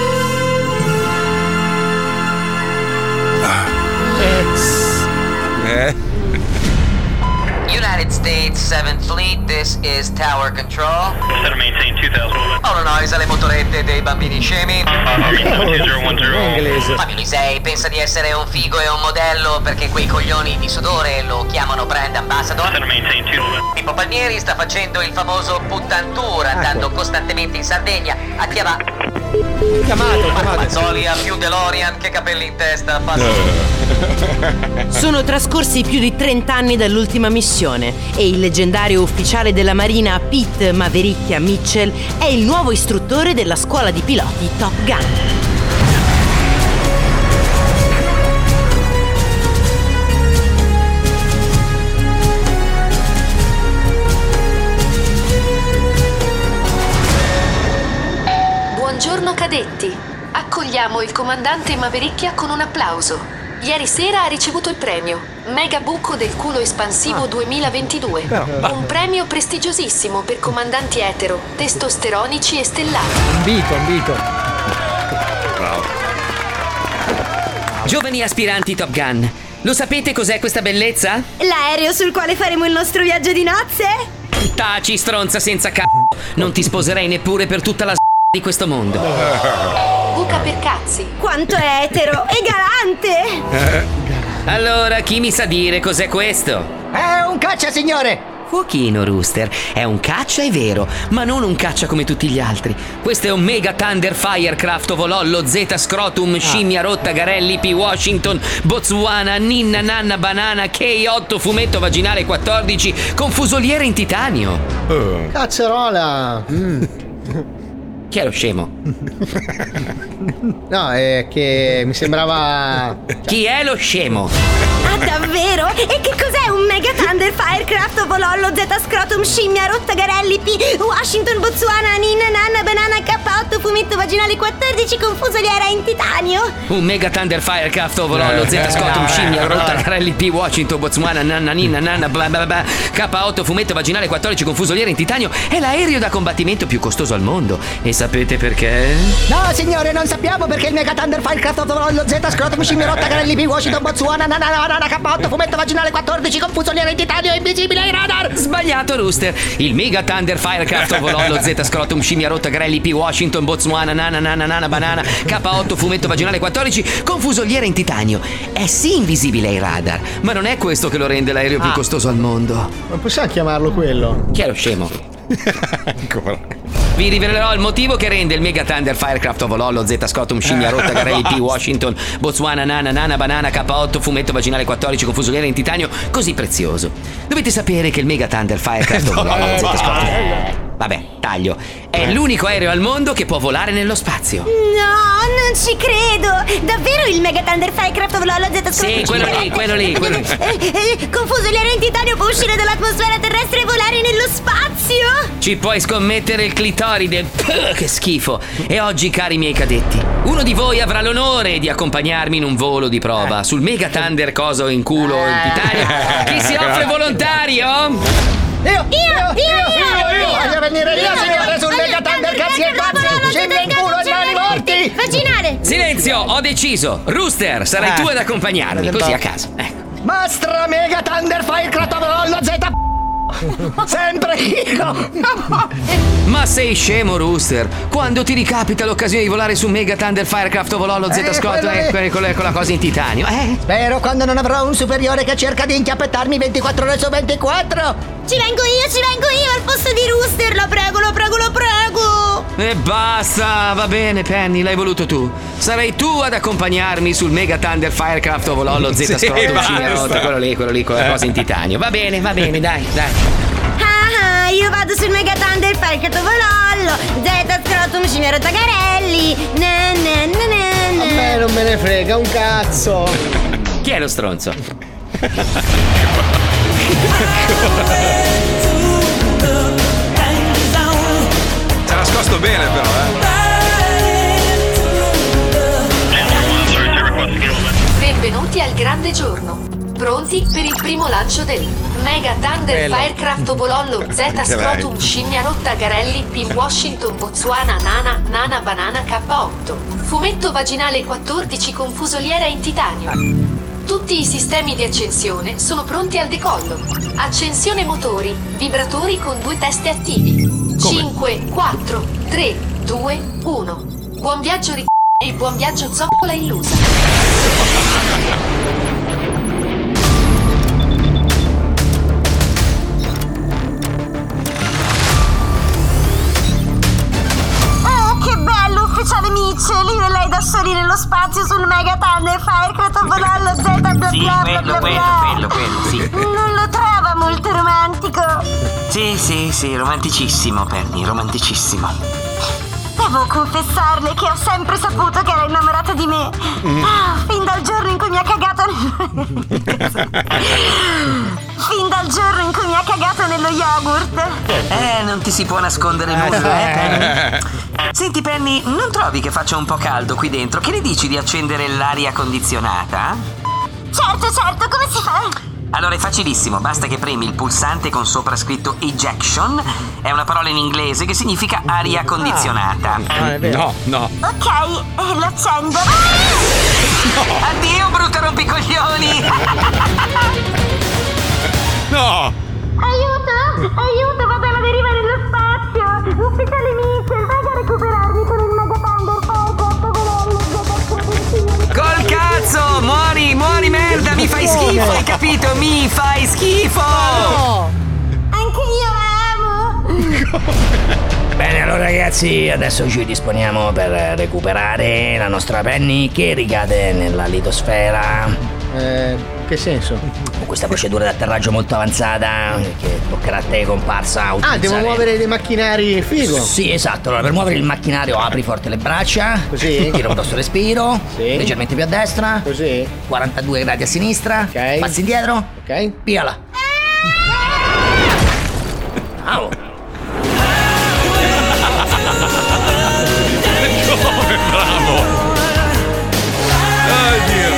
Eh. United States seventh Fleet, this is Tower Control. Center maintain two thousand. All noise alle motorette dei bambini scemi. Inglese. Fabio Lisei pensa di essere un figo e un modello perché quei coglioni di sudore lo chiamano brand ambassador. Center maintain two. Pippo Palmieri sta facendo il famoso puttantour andando costantemente in Sardegna a Chiava. Chiamato, Marco chiamato. Mazzoli ha più DeLorean che capelli in testa. Fa- Sono trascorsi più di trenta anni dall'ultima missione. E il leggendario ufficiale della Marina Pete Mavericchia Mitchell è il nuovo istruttore della scuola di piloti Top Gun. Buongiorno cadetti, accogliamo il comandante Mavericchia con un applauso. Ieri sera ha ricevuto il premio Mega Buco del Culo Espansivo duemilaventidue. Un premio prestigiosissimo per comandanti etero, testosteronici e stellati. Ambito, ambito. Bravo. Giovani aspiranti Top Gun, lo sapete cos'è questa bellezza? L'aereo sul quale faremo il nostro viaggio di nozze? Taci, stronza senza c***o. Non ti sposerei neppure per tutta la s*** di questo mondo. Buca per cazzi. Quanto è etero e galante! Allora, chi mi sa dire cos'è questo? È un caccia, signore! Fuochino, Rooster. È un caccia, è vero, ma non un caccia come tutti gli altri. Questo è un Mega Thunder Firecraft Ovolollo Z Scrotum Scimmia Rotta Garelli P Washington Botswana Ninna Nanna Banana K otto Fumetto Vaginale quattordici con fusoliere in titanio. Uh. Cazzarola! Mm. Chi è lo scemo? No, è che mi sembrava... Chi è lo scemo? Ah, davvero? E che cos'è un Mega Thunder Firecraft Ovolollo Z Scrotum Scimmia Rotta Garelli P Washington Botswana Ninna Nanna Banana K otto Fumetto Vaginale quattordici con fusoliera in titanio? Un Mega Thunder Firecraft Ovolollo Z Scrotum Scimmia Rotta Garelli P Washington Botswana Nanna Ninna Nanna bla bla bla K otto Fumetto Vaginale quattordici con fusoliera in titanio è l'aereo da combattimento più costoso al mondo. E sapete perché? No, signore, non sappiamo perché il Mega Thunder Firecraft Ovolollo Z Scrotum Scimmia Rotta Garelli P Washington Botswana Nanna Nanna K otto Fumetto Vaginale quattordici con fusoliera in titanio invisibile ai radar. Sbagliato, Rooster. Il Mega Thunder Firecraft Ovolollo Z Scrotum Scimmia Rotta Garelli P Washington Botswana Nana Nana Nana Banana K otto Fumetto Vaginale quattordici con fusoliera in titanio è sì invisibile ai radar, ma non è questo che lo rende l'aereo più Ah. costoso al mondo. Ma possiamo chiamarlo quello? Chi è lo scemo? Vi rivelerò il motivo che rende il Mega Thunder Firecraft Ovolollo Z Scrotum Scimmia Rotta Garelli P Washington Botswana Nana Nana Banana K otto Fumetto Vaginale quattordici con fusoliera in titanio così prezioso. Dovete sapere che il Mega Thunder Firecraft Ovolollo Z Scrotum Vabbè, taglio. È l'unico aereo al mondo che può volare nello spazio. No, non ci credo! Davvero il Mega Thunder Firecraft Ovolollo Z Scrotum Sì, quello lì, quello lì, quello lì. Eh, eh, con fusoliera in titanio può uscire dall'atmosfera terrestre e volare nello spazio? Ci puoi scommettere il clitoride. Puh, che schifo. E oggi, cari miei cadetti, uno di voi avrà l'onore di accompagnarmi in un volo di prova sul Mega Thunder coso in culo in titanio. Chi si offre volontario? Io, io, io, io, voglio venire io, signore, sul Mega Thunder cazzi e cazzi, scimmia in culo e mani morti. Vaginale. Silenzio, ho deciso. Rooster, sarai Eh. tu ad accompagnarmi, così a caso. Ecco. Mastra Mega Thunder Firecraft Ovolollo Z sempre io. Ma sei scemo, Rooster? Quando ti ricapita l'occasione di volare su Mega Thunder Firecraft Ovolollo Z Eh, Scott quello lì. eh, con, con la cosa in titanio? Eh? Spero quando non avrò un superiore che cerca di inchiappettarmi ventiquattro ore su ventiquattro. Ci vengo io, ci vengo io al posto di Rooster, lo prego, lo prego, lo prego. E basta, va bene, Penny, l'hai voluto tu. Sarai tu ad accompagnarmi sul Mega Thunder Firecraft Ovolollo Z Sì, Scott basta. quello lì, quello lì con la Eh. cosa in titanio. Va bene, va bene, dai, dai. Ah, ah, io vado sul Mega Thunder Firecraft Ovolollo Z Scrotum Scimmia Rotta Garelli. Na, na, na, na, A na. me non me ne frega un cazzo. Chi è lo stronzo? Si è nascosto bene però, eh. Benvenuti al grande giorno. Pronti per il primo lancio del Mega Thunder Bello. Firecraft Ovolollo Z Anche Scrotum lei. Scimmia Rotta Garelli P Washington Botswana Nana Nana Banana K otto Fumetto Vaginale quattordici con fusoliera in titanio. Tutti i sistemi di accensione sono pronti al decollo. Accensione motori, vibratori con due teste attivi. cinque, quattro, tre, due, uno. Buon viaggio ri- e buon viaggio zoccola illusa. Oh, che bello, ufficiale Mitchell! Io e lei da soli nello spazio sul Mega Thunder Firecraft Ovolollo Z bla Sì, bla quello, bla quello, bla. quello, quello, sì. Non lo trova molto romantico? Sì, sì, sì, romanticissimo, Penny, romanticissimo. Devo confessarle che ho sempre saputo che era innamorata di me. Mm. Ah, fin dal giorno in cui mi ha cagato. Fin dal giorno in cui mi ha cagato nello yogurt. Eh, non ti si può nascondere nulla, eh, Penny. Senti, Penny, non trovi che faccia un po' caldo qui dentro? Che ne dici di accendere l'aria condizionata? Certo, certo, come si fa? Allora è facilissimo, basta che premi il pulsante con sopra scritto ejection. È una parola in inglese che significa aria condizionata. Ah, è vero. No, no. Ok, eh, lo accendo. Addio, brutto rompicoglioni! No! Aiuto! Aiuto, vado alla deriva nello spazio! Ufficiale Mitchell, vai a recuperarmi con il Mega Thunder Col cazzo! Muori, muori merda! Mi fai schifo, hai capito? Mi fai schifo! No. Anche io amo! Bene, allora ragazzi, adesso ci disponiamo per recuperare la nostra Penny che ricade nella litosfera. Eh, che senso? Con questa procedura di atterraggio molto avanzata che toccherà a te, comparsa. Ah, utilizzare... devo muovere dei macchinari figo. Sì, esatto. Allora, per muovere il macchinario apri forte le braccia. Così. Tira un grosso respiro. Sì. Leggermente più a destra. Così. quarantadue gradi a sinistra. Ok. Passi indietro. Ok. Piala. Au. Come bravo! Oddio!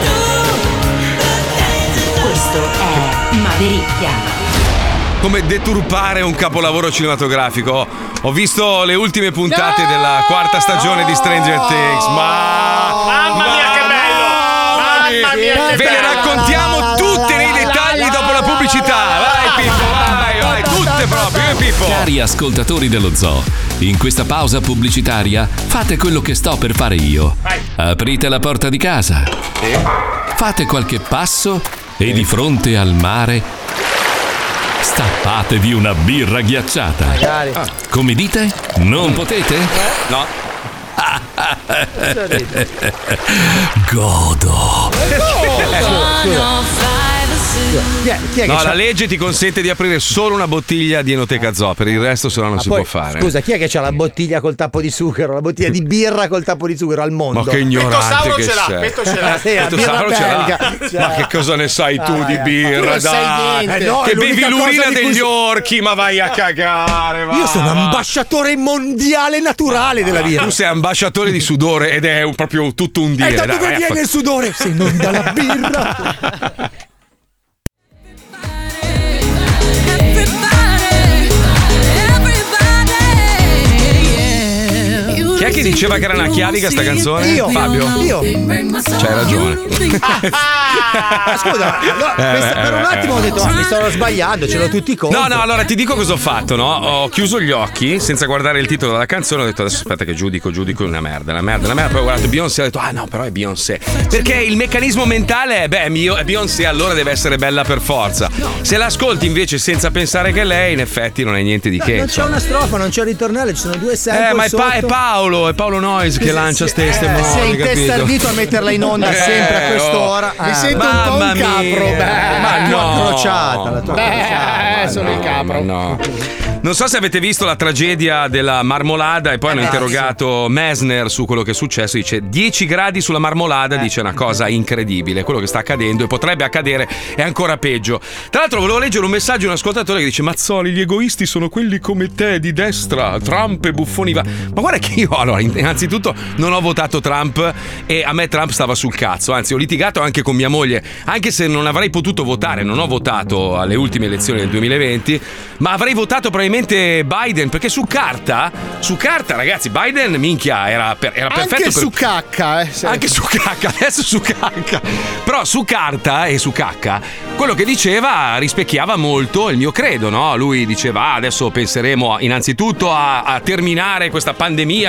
Questo è Mavericchia. Come deturpare un capolavoro cinematografico. Ho visto le ultime puntate della quarta stagione di Stranger Things. Ma Mamma mia, che bello! Mamma mia, che ve le bello! raccontiamo tutte nei dettagli dopo la pubblicità. Vai Pippo, vai, vai, tutte proprio, eh, Pippo. Cari ascoltatori dello zoo, in questa pausa pubblicitaria fate quello che sto per fare io. Aprite la porta di casa, fate qualche passo e di fronte al mare stappatevi una birra ghiacciata. Magari. Come dite? Non potete? No. Godo. Chi è, chi è No, che la c'ha- legge ti consente di aprire solo una bottiglia di Enoteca Zoo, per il resto se no non Ma si poi, può fare. Scusa, chi è che c'ha la bottiglia col tappo di zucchero? La bottiglia di birra col tappo di zucchero al mondo? Ma che ignorante Pettosauro che ce l'ha, sei. Petto ce l'ha. Sì, la Pettosauro birra ce l'ha. belga. Cioè. Ma che cosa ne sai tu Ah, di ragazzi. birra? Tu non sai Dai, niente. Eh no, che è l'unica bevi l'urina cosa di cui degli so- orchi, ma vai a cagare. Va, Io sono va. ambasciatore mondiale naturale della birra. Tu sei ambasciatore di sudore ed è un- proprio tutto un E dire. da dai, dove vai a viene fa- il sudore? Se non dalla birra. Chi è che diceva che era una chiavica sta canzone? Io. Fabio? Io. C'hai ragione. Ma scusa, allora, Eh, questa- beh, per un eh, attimo ho detto, ah, mi stavo sbagliando, ce l'ho tutti contro. No, no, allora ti dico cosa ho fatto, no? Ho chiuso gli occhi senza guardare il titolo della canzone. Ho detto adesso aspetta che giudico, giudico una merda, una merda, una merda. Poi ho guardato Beyoncé e ho detto ah no, però è Beyoncé. Perché il meccanismo mentale è beh, mio, è Beyoncé, allora deve essere bella per forza. Se l'ascolti invece senza pensare che è lei, in effetti non è niente di No, che. non c'è insomma. una strofa, non c'è un ritornello, ci sono due sample Eh, ma è, Pa- sotto. è Paolo, è Paolo Noyes che lancia ste Eh, ste sei mode, intestardito a metterla in onda Eh, sempre a oh. quest'ora. Mi Ah, sento un po' mamma un capro. mia. Beh, Ma la tua no. crociata, la tua Beh, crociata. sono No, il capro. ma no. Non so se avete visto la tragedia della marmolada e poi hanno Eh, interrogato Messner su quello che è successo. Dice dieci gradi sulla marmolada, dice una cosa incredibile. Quello che sta accadendo e potrebbe accadere è ancora peggio. Tra l'altro volevo leggere un messaggio di un ascoltatore che dice Mazzoli, gli egoisti sono quelli come te di destra, Trump e buffoni va. Ma guarda che io allora innanzitutto non ho votato Trump e a me Trump stava sul cazzo. Anzi ho litigato anche con mia moglie, anche se non avrei potuto votare. Non ho votato alle ultime elezioni del duemilaventi, ma avrei votato probabilmente Biden, perché su carta, su carta ragazzi, Biden minchia era, per, era perfetto. Anche per- su cacca, eh. se- anche su cacca, adesso su cacca. Però su carta e su cacca, quello che diceva rispecchiava molto il mio credo, no? Lui diceva, ah, adesso penseremo innanzitutto a, a terminare questa pandemia causata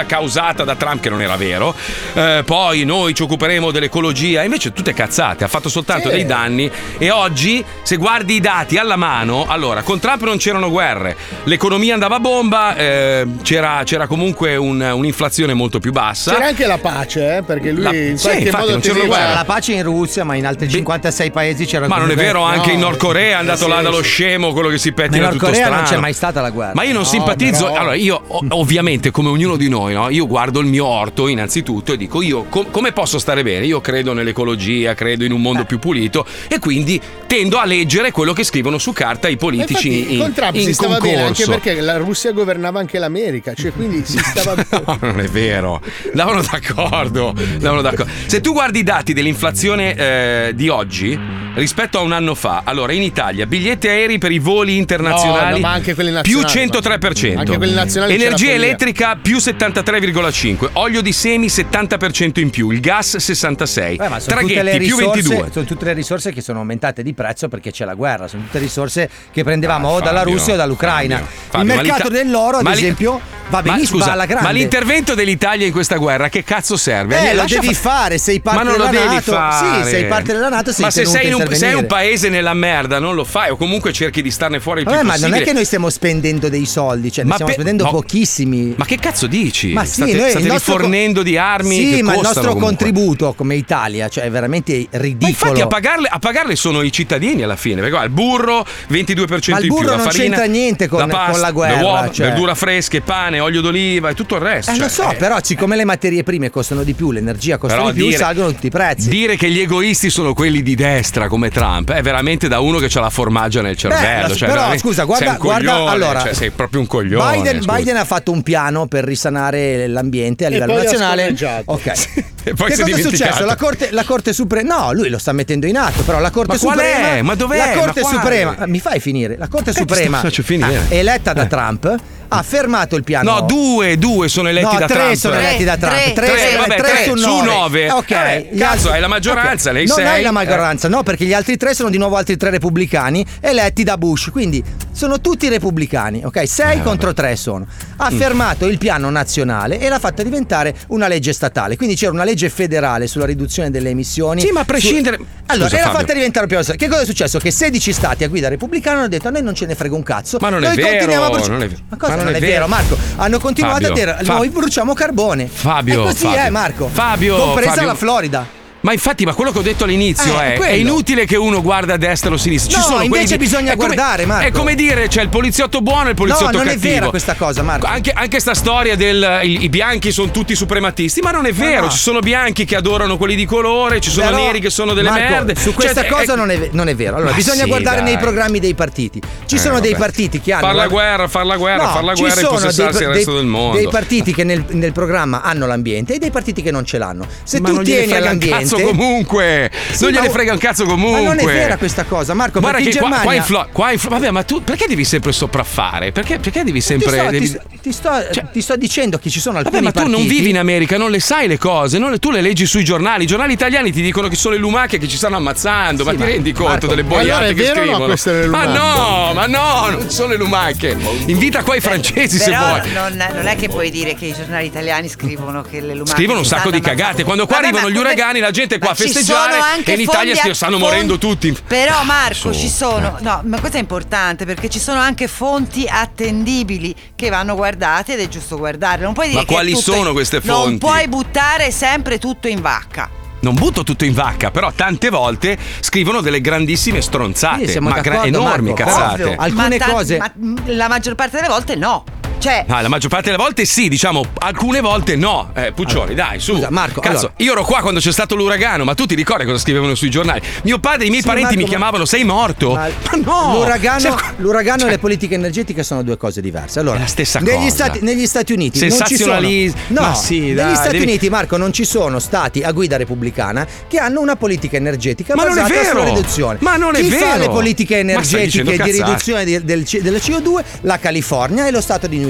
usata da Trump che non era vero. Eh, poi noi ci occuperemo dell'ecologia, invece tutte cazzate, ha fatto soltanto Sì. dei danni. E oggi, se guardi i dati alla mano, allora con Trump non c'erano guerre, l'economia andava a bomba, eh, c'era, c'era comunque un, un'inflazione molto più bassa. C'era anche la pace, eh, perché lui La- in sì, qualche infatti, modo non c'erano teneva- guerre. La pace in Russia, ma in altri cinquantasei paesi c'era. Ma non è comunque- vero, anche No. in Nord Corea è andato Sì, là dallo sì. scemo, quello che si Ma in pettina Nord tutto Corea strano. non c'è mai stata la guerra. Ma io non No, simpatizzo. però- Allora, io o- ovviamente, come ognuno di noi, no? Io guardo il mio orto innanzitutto e dico: io com- come posso stare bene? Io credo nell'ecologia, credo in un mondo più pulito e quindi tendo a leggere quello che scrivono su carta i politici Infatti, in, con Trump in si stava concorso. bene anche perché la Russia governava anche l'America, cioè quindi si stava bene. No, non è vero. Davano d'accordo. Davano d'accordo. Se tu guardi i dati dell'inflazione eh, di oggi rispetto a un anno fa, allora in Italia biglietti aerei per i voli internazionali No, no, ma anche quelli più nazionali, centotré per cento. Anche quelli nazionali c'è la Energia follia. elettrica più settantatré virgola cinque, olio di semi settanta per cento in più, il gas sessantasei, Eh, ma sono tutte le traghetti più risorse, ventidue. sono tutte le risorse che sono aumentate di prezzo perché c'è la guerra, sono tutte risorse che prendevamo Ah, o dalla Fabio, Russia o dall'Ucraina. Fabio, Il Fabio, ma mercato l'Ita- dell'oro, ad ma l'I- esempio, va Ma benissimo, scusa, va alla grande. ma l'intervento dell'Italia in questa guerra che cazzo serve? Eh, lo Lascia devi fa- fare, sei parte ma non lo della devi NATO. fare. Sì, sei parte della NATO, sei ma se tenuto sei, in a un, sei intervenire. un paese nella merda non lo fai o comunque cerchi di starne fuori il più Vabbè, ma possibile. non è che noi stiamo spendendo dei soldi, cioè ne Ma stiamo pe- spendendo no. pochissimi. Ma che cazzo dici? Ma sì, state noi state il nostro rifornendo co- di armi Sì, che ma il costano nostro comunque. contributo come Italia, cioè è veramente ridicolo. Ma infatti a pagarle, a pagarle sono i cittadini alla fine, perché guarda, il burro ventidue per cento Ma il in più, burro la non farina, c'entra niente con- la pasta, con la guerra, le uova, cioè. verdura fresche, pane, olio d'oliva e tutto il resto. Eh, cioè, lo so, eh. però siccome le materie prime costano di più, l'energia costa Però di più, dire- salgono tutti i prezzi. Dire che gli egoisti sono quelli di destra come Trump è veramente da uno che ha la formaggia nel cervello. Beh, cioè, però veramente scusa, guarda, sei un guarda coglione, allora, cioè, sei proprio un coglione. Biden, scusa. Biden ha fatto un piano per risanare l'ambiente a E livello poi ha nazionale. scorreggiato. Ok. E poi che si è cosa è dimenticato. successo? La Corte, la Corte Suprema. No, lui lo sta mettendo in atto, però la Corte Ma qual Suprema. è? Ma dov'è? La Corte Ma quale? Suprema. Mi fai finire? La Corte Eh, ti Suprema, sto- faccio finire. ah, eletta da Eh. Trump, ha fermato il piano. No, due, due sono eletti No, da tre Trump. sono eletti da Trump. Tre, Tre, tre, tre, vabbè, tre tre su su nove. nove. Ok. Vabbè, Gli cazzo, altri- hai la maggioranza, ok. lei non sei. hai la maggioranza, no, perché gli altri tre sono di nuovo altri tre repubblicani eletti da Bush. Quindi sono tutti repubblicani, ok? Sei Eh, contro tre sono. Ha fermato il piano nazionale e l'ha fatta diventare una legge statale. Quindi c'era una legge federale sulla riduzione delle emissioni. Sì, ma a prescindere. Su- Allora, Scusa, e l'ha Fabio. fatta diventare più. Che cosa è successo? Che sedici stati a guida repubblicana hanno detto: a noi non ce ne frega un cazzo. Ma non è noi vero, continuiamo a bruci- non è vero. Ma cosa Ma non, è vero, Marco? Hanno continuato Fabio, a dire: Fabio. noi bruciamo carbone. Fabio, È così, Fabio. eh, Marco. Fabio, Compresa Fabio. la Florida. Ma infatti, ma quello che ho detto all'inizio Eh, è: quello. è inutile che uno guarda a destra o a sinistra. Ci No, sono quelli invece di- bisogna è come- guardare, Marco. È come dire: c'è il poliziotto buono e il poliziotto No, non è cattivo. vera questa cosa, Marco. Anche, anche sta storia del i, i bianchi sono tutti suprematisti, ma non è vero. no. Ci sono bianchi che adorano quelli di colore, ci sono Però, neri che sono delle Marco, merde. Su questa Cioè, cosa è- non, è, non è vero. Allora, Ma bisogna sì, guardare dai. nei programmi dei partiti. Ci Eh, sono dei vabbè. partiti che hanno. Far la guarda- guerra, far la guerra, No, far la ci guerra e sono impossessarsi dei, il resto dei- del mondo. dei partiti che nel, nel programma hanno l'ambiente e dei partiti che non ce l'hanno. Se Ma tu non gliene tieni frega un all'ambiente. cazzo comunque. Sì, non gliene ma- frega un cazzo comunque. Ma non è vera questa cosa, Marco. Guarda perché che in qua, Germania. qua in Flo- qua in Flo- vabbè, ma tu perché devi sempre sopraffare? Perché, perché devi Ti sempre. sto, devi- ti sto- ti sto- ti sto dicendo che ci sono Vabbè, alcuni ma tu partiti. non vivi in America, non le sai le cose, non le- tu le leggi sui giornali. I giornali italiani ti dicono che sono le lumache che ci stanno ammazzando. ma Sì, ti ma- rendi conto Marco, delle boiate allora è che vero o no scrivono? queste le ma lumache? no, ma no, non sono le lumache. Invita qua i francesi se Però vuoi. non, non è che puoi dire che i giornali italiani scrivono che le lumache Scrivono un ci sacco stanno di cagate. ammazzando. Quando qua Vabbè, arrivano ma gli come- uragani, la gente qua ma a ci festeggiare sono anche e in Italia fondi sti- a- stanno fondi- morendo tutti. Però Marco Su. ci sono, no, ma questo è importante perché ci sono anche fonti attendibili che vanno guardate ed è giusto guardare. Non puoi dire Ma che quali tutto sono in- queste Non fonti? puoi buttare sempre tutto in vacca. Non butto tutto in vacca, però tante volte scrivono delle grandissime stronzate, Sì, siamo ma gra- d'accordo, enormi Marco. cazzate. Ovvio. Alcune ma ta- cose- ma la maggior parte delle volte no. Cioè, Ah, la maggior parte delle volte sì, diciamo, alcune volte no. Eh, Puccioni, dai, su. Scusa, Marco, Cazzo, allora- io ero qua quando c'è stato l'uragano, ma tu ti ricordi cosa scrivevano sui giornali? Mio padre e i miei Sì, parenti Marco, mi ma- chiamavano "sei morto?" Ma- Ma no! L'uragano, Cioè, l'uragano cioè, e le politiche energetiche sono due cose diverse. Allora, È la stessa negli cosa. Stati, negli Stati Uniti non ci sono. Sensazionalismo. No, Ma sì, dai, negli Stati devi- Uniti, Marco, non ci sono stati a guida repubblicana che hanno una politica energetica Ma non è basata vero! sulla riduzione. Ma non è Chi fa vero! le politiche Ma stai energetiche dicendo di cazzate. riduzione di- del, C- della C O due? La California e lo Stato di New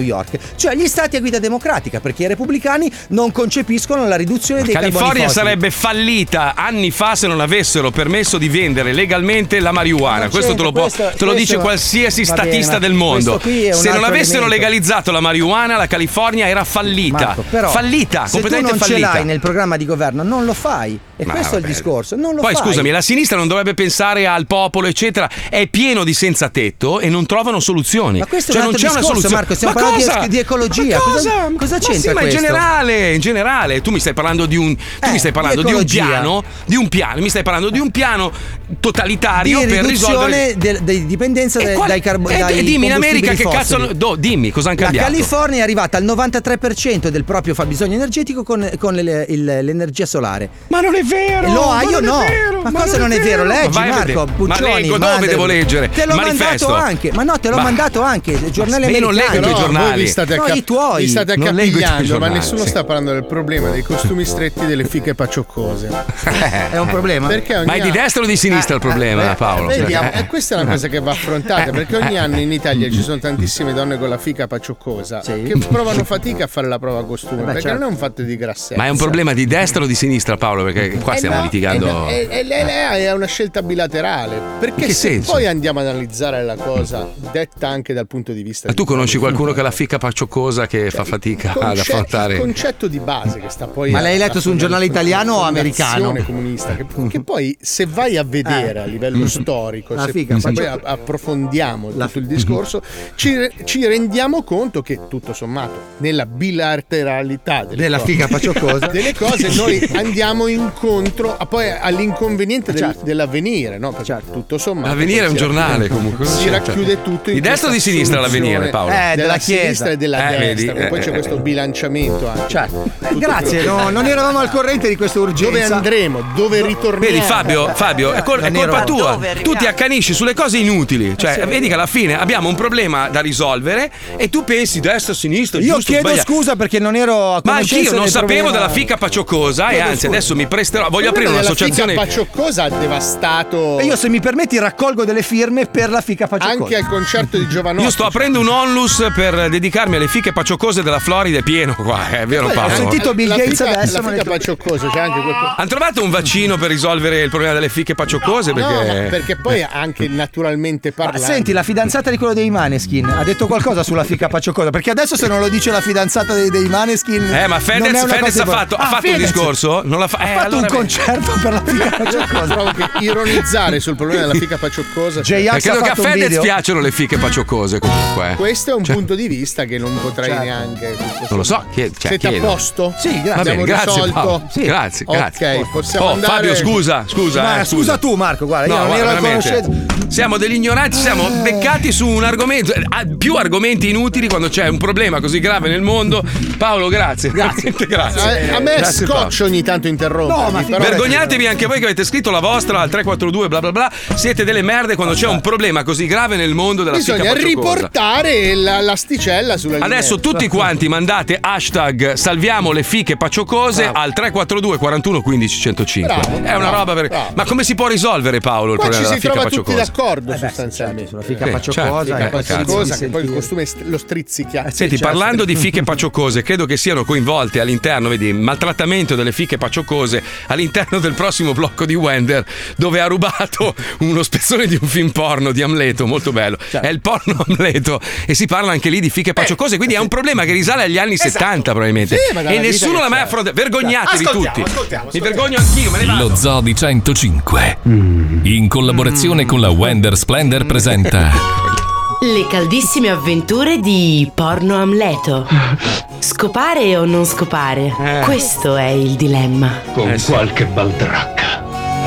New York, cioè gli stati a guida democratica, perché i repubblicani non concepiscono la riduzione dei carboni California fossili. sarebbe fallita anni fa se non avessero permesso di vendere legalmente la marijuana. Non Questo te lo, può, questo- te lo dice questo- qualsiasi va bene, statista ma del mondo. questo qui è un Se non altro avessero elemento. legalizzato la marijuana, la California era fallita. Marco, però, fallita, se tu completamente non fallita. ce l'hai nel programma di governo, non lo fai. E Ma questo è il vabbè. discorso. Non lo Poi fai. scusami, la sinistra non dovrebbe pensare al popolo, eccetera. È pieno di senza tetto e non trovano soluzioni. Ma questo è cioè, un non altro c'è una discorso, soluzione. Marco, stiamo Ma parlando di- cosa? di ecologia. Ma Cosa- cosa, cosa Ma c'entra sì, ma in questo? generale, in generale, tu mi stai parlando di un, tu mi stai parlando di un ecologia. piano, di un piano, mi stai parlando di un piano totalitario Di per risolvere. riduzione del- di dipendenza E de- qual- dai carboni. e- e dimmi in America che cazzo hanno- do- dimmi cosa hanno La cambiato. California è arrivata al novantatré per cento del proprio fabbisogno energetico con, con le- il- l'energia solare. Ma non è vero! Lo ma hai o non è no? vero, ma, ma cosa non non è è vero? vero. Ma Leggi vai a Marco vedere. Ma Puccioni. leggo, dove mandalo. devo leggere? Te l'ho Manifesto. mandato anche. Ma no, te l'ho Ma- mandato anche. Il giornale Ma io non americano. leggo i tuoi No, giornali. voi vi state, No, acca- i tuoi. vi state Non leggo i tuoi accapigliando, ma giornali, nessuno sì. sta parlando del problema dei costumi stretti delle fiche paccioccose. È un problema? Perché ogni Ma è di anno- destra o di sinistra il problema, Eh, Paolo? vedi, Cioè, eh, questa è una cosa che va affrontata, perché ogni anno in Italia ci sono tantissime donne con la fica pacciocosa che provano fatica a fare la prova costume, perché certo. non è un fatto di grassezza. Ma è un problema di destra o di sinistra, Paolo? Perché qua Eh stiamo no, litigando. E, e- e lei lei è una scelta bilaterale. Perché In che se senso? poi andiamo ad analizzare la cosa detta anche dal punto di vista Ma tu di- conosci qualcuno che ha la fica paccioccosa che fa fatica ad conce- affrontare? il concetto di base che sta poi Ma a- l'hai letto a su un giornale italiano o americano? fondazione comunista che, che poi se vai a vedere Eh. a livello storico, La se, figa, se faccio- poi a- approfondiamo tutto il discorso, ci, re- ci rendiamo conto che tutto sommato nella bilateralità delle Della cose, figa pacciocosa. delle cose noi andiamo incontro a poi all'inconveniente del- Certo. dell'avvenire, no? Perché tutto sommato L'Avvenire è un poi si giornale, racchiude- comunque. si Certo. racchiude tutto in Di destra o di questa sinistra soluzione l'Avvenire, Paolo? Eh, della della sinistra Chiesa. e della Eh, destra, vedi, poi eh, c'è questo bilanciamento anche. Certo. Eh, Tutto grazie, quello che- no, non eravamo al corrente di questa urgenza. Dove andremo? Dove ritorniamo? Vedi Fabio, Fabio è, col- è Non ero- colpa tua. Dove, Tu ti accanisci sulle cose inutili. Cioè, sì. vedi che alla fine abbiamo un problema da risolvere e tu pensi destra, sinistra, Io giusto, chiedo sbagliato. scusa perché non ero a Ma conoscenza anch'io non del sapevo problema. della fica pacciocosa e Chiedo anzi scusa. adesso mi presterò. Voglio Il aprire problema un'associazione. della fica pacciocciosa ha devastato E io, se mi permetti, raccolgo delle firme per la fica pacciocosa. anche al concerto di Giovanotti. Io sto aprendo un onlus per dedicarmi alle fiche pacciocose della Florida, è pieno qua, è vero Poi, Paolo? Ho sentito Bill la Gates fica, adesso. la ma ho fica detto- pacciocciosa c'è anche quel... Hanno trovato un vaccino per risolvere il problema delle fiche pacciocose? Perché... No, ma perché poi anche naturalmente Ma parlando. senti, la fidanzata di quello dei Maneskin ha detto qualcosa sulla fica pacciocosa? Perché adesso se non lo dice la fidanzata dei, dei Maneskin. Eh, ma non Fedez, è una Fedez cosa ha buona. fatto, ha Ah, fatto un Fedez discorso? Non l'ha fa- Ha eh, fatto allora un beh. concerto per la fica pacciocosa. Trovo che ironizzare sul problema della fica pacciocosa. J-Ax Eh, credo ha che a fatto un Fedez video. piacciono le fiche pacciocose comunque. Questo è un Cioè- punto di vista che non potrei Certo. neanche. Non lo so, chie- cioè, Siete chiedo. a posto? Sì, grazie. Va bene, Abbiamo grazie risolto? Paolo. Sì. Grazie, grazie. Ok, possiamo Oh, andare. Fabio, scusa, scusa. Ma eh, scusa tu, Marco, guarda, io No, non guarda, ero a veramente. conoscenza. Siamo degli ignoranti, siamo beccati su un argomento, eh, più argomenti inutili quando c'è un problema così grave nel mondo. Paolo, grazie. Grazie. grazie. Eh, a me Grazie, Paolo. scoccia ogni tanto interrompere. No, ma però- Vergognatevi anche voi che avete scritto la vostra al tre quattro due bla bla bla. Siete delle merde quando c'è un problema così grave nel mondo della fica Bisogna pacciocosa. riportare la- l'asticella sulla linea. Adesso tutti quanti mandate hashtag salviamo le fiche pacciocose al tre quattro due quarantuno quindici centocinque. Bravo, È una bravo, roba per. bravo. Ma come si può risolvere, Paolo, il Qua ci problema si della fica trova tutti pacciocosa? d'accordo sostanzialmente. Sulla fica Sì, pacciocosa. certo, e fica poi si Pacciocosa, deve che poi il sentire. costume è st- lo strizzichia. Senti, certo. parlando di fiche pacciocose, credo che siano coinvolte all'interno, vedi, maltrattamento delle fiche pacciocose all'interno del prossimo blocco di Wender, dove ha rubato uno spezzone di un film porno di Amleto, molto bello. È il porno Amleto e si parla anche lì di fiche pacciocose, quindi è un problema che risale agli anni settanta probabilmente. Sì, ma dalla e vita nessuno che l'ha mai c'è. affrontato. Vergognatevi Ascoltiamo, tutti. ascoltiamo, Mi vergogno anch'io, me ne vado. Lo Zoo di centocinque, in collaborazione con la Wender Splendor, presenta Le caldissime avventure di Porno Amleto. Scopare o non scopare? Eh. Questo è il dilemma. Con qualche baldracca.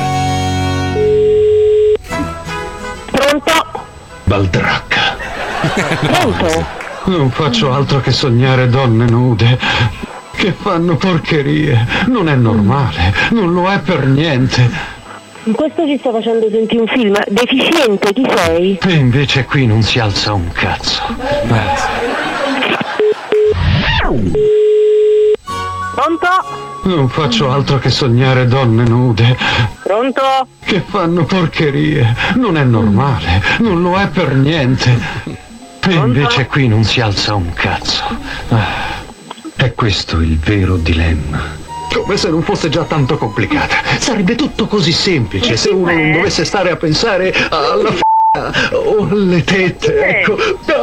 Pronto? Baldracca. Pronto? Non faccio altro che sognare donne nude che fanno porcherie. Non è normale, non lo è per niente. Questo ci sta facendo sentire un film. Deficiente, chi sei? E invece qui non si alza un cazzo. Pronto? Non faccio altro che sognare donne nude Pronto? che fanno porcherie. Non è normale, non lo è per niente. E invece qui non si alza un cazzo. Ah, è questo il vero dilemma. Come se non fosse già tanto complicata. Sarebbe tutto così semplice se uno non dovesse stare a pensare alla f***a o alle tette, ecco.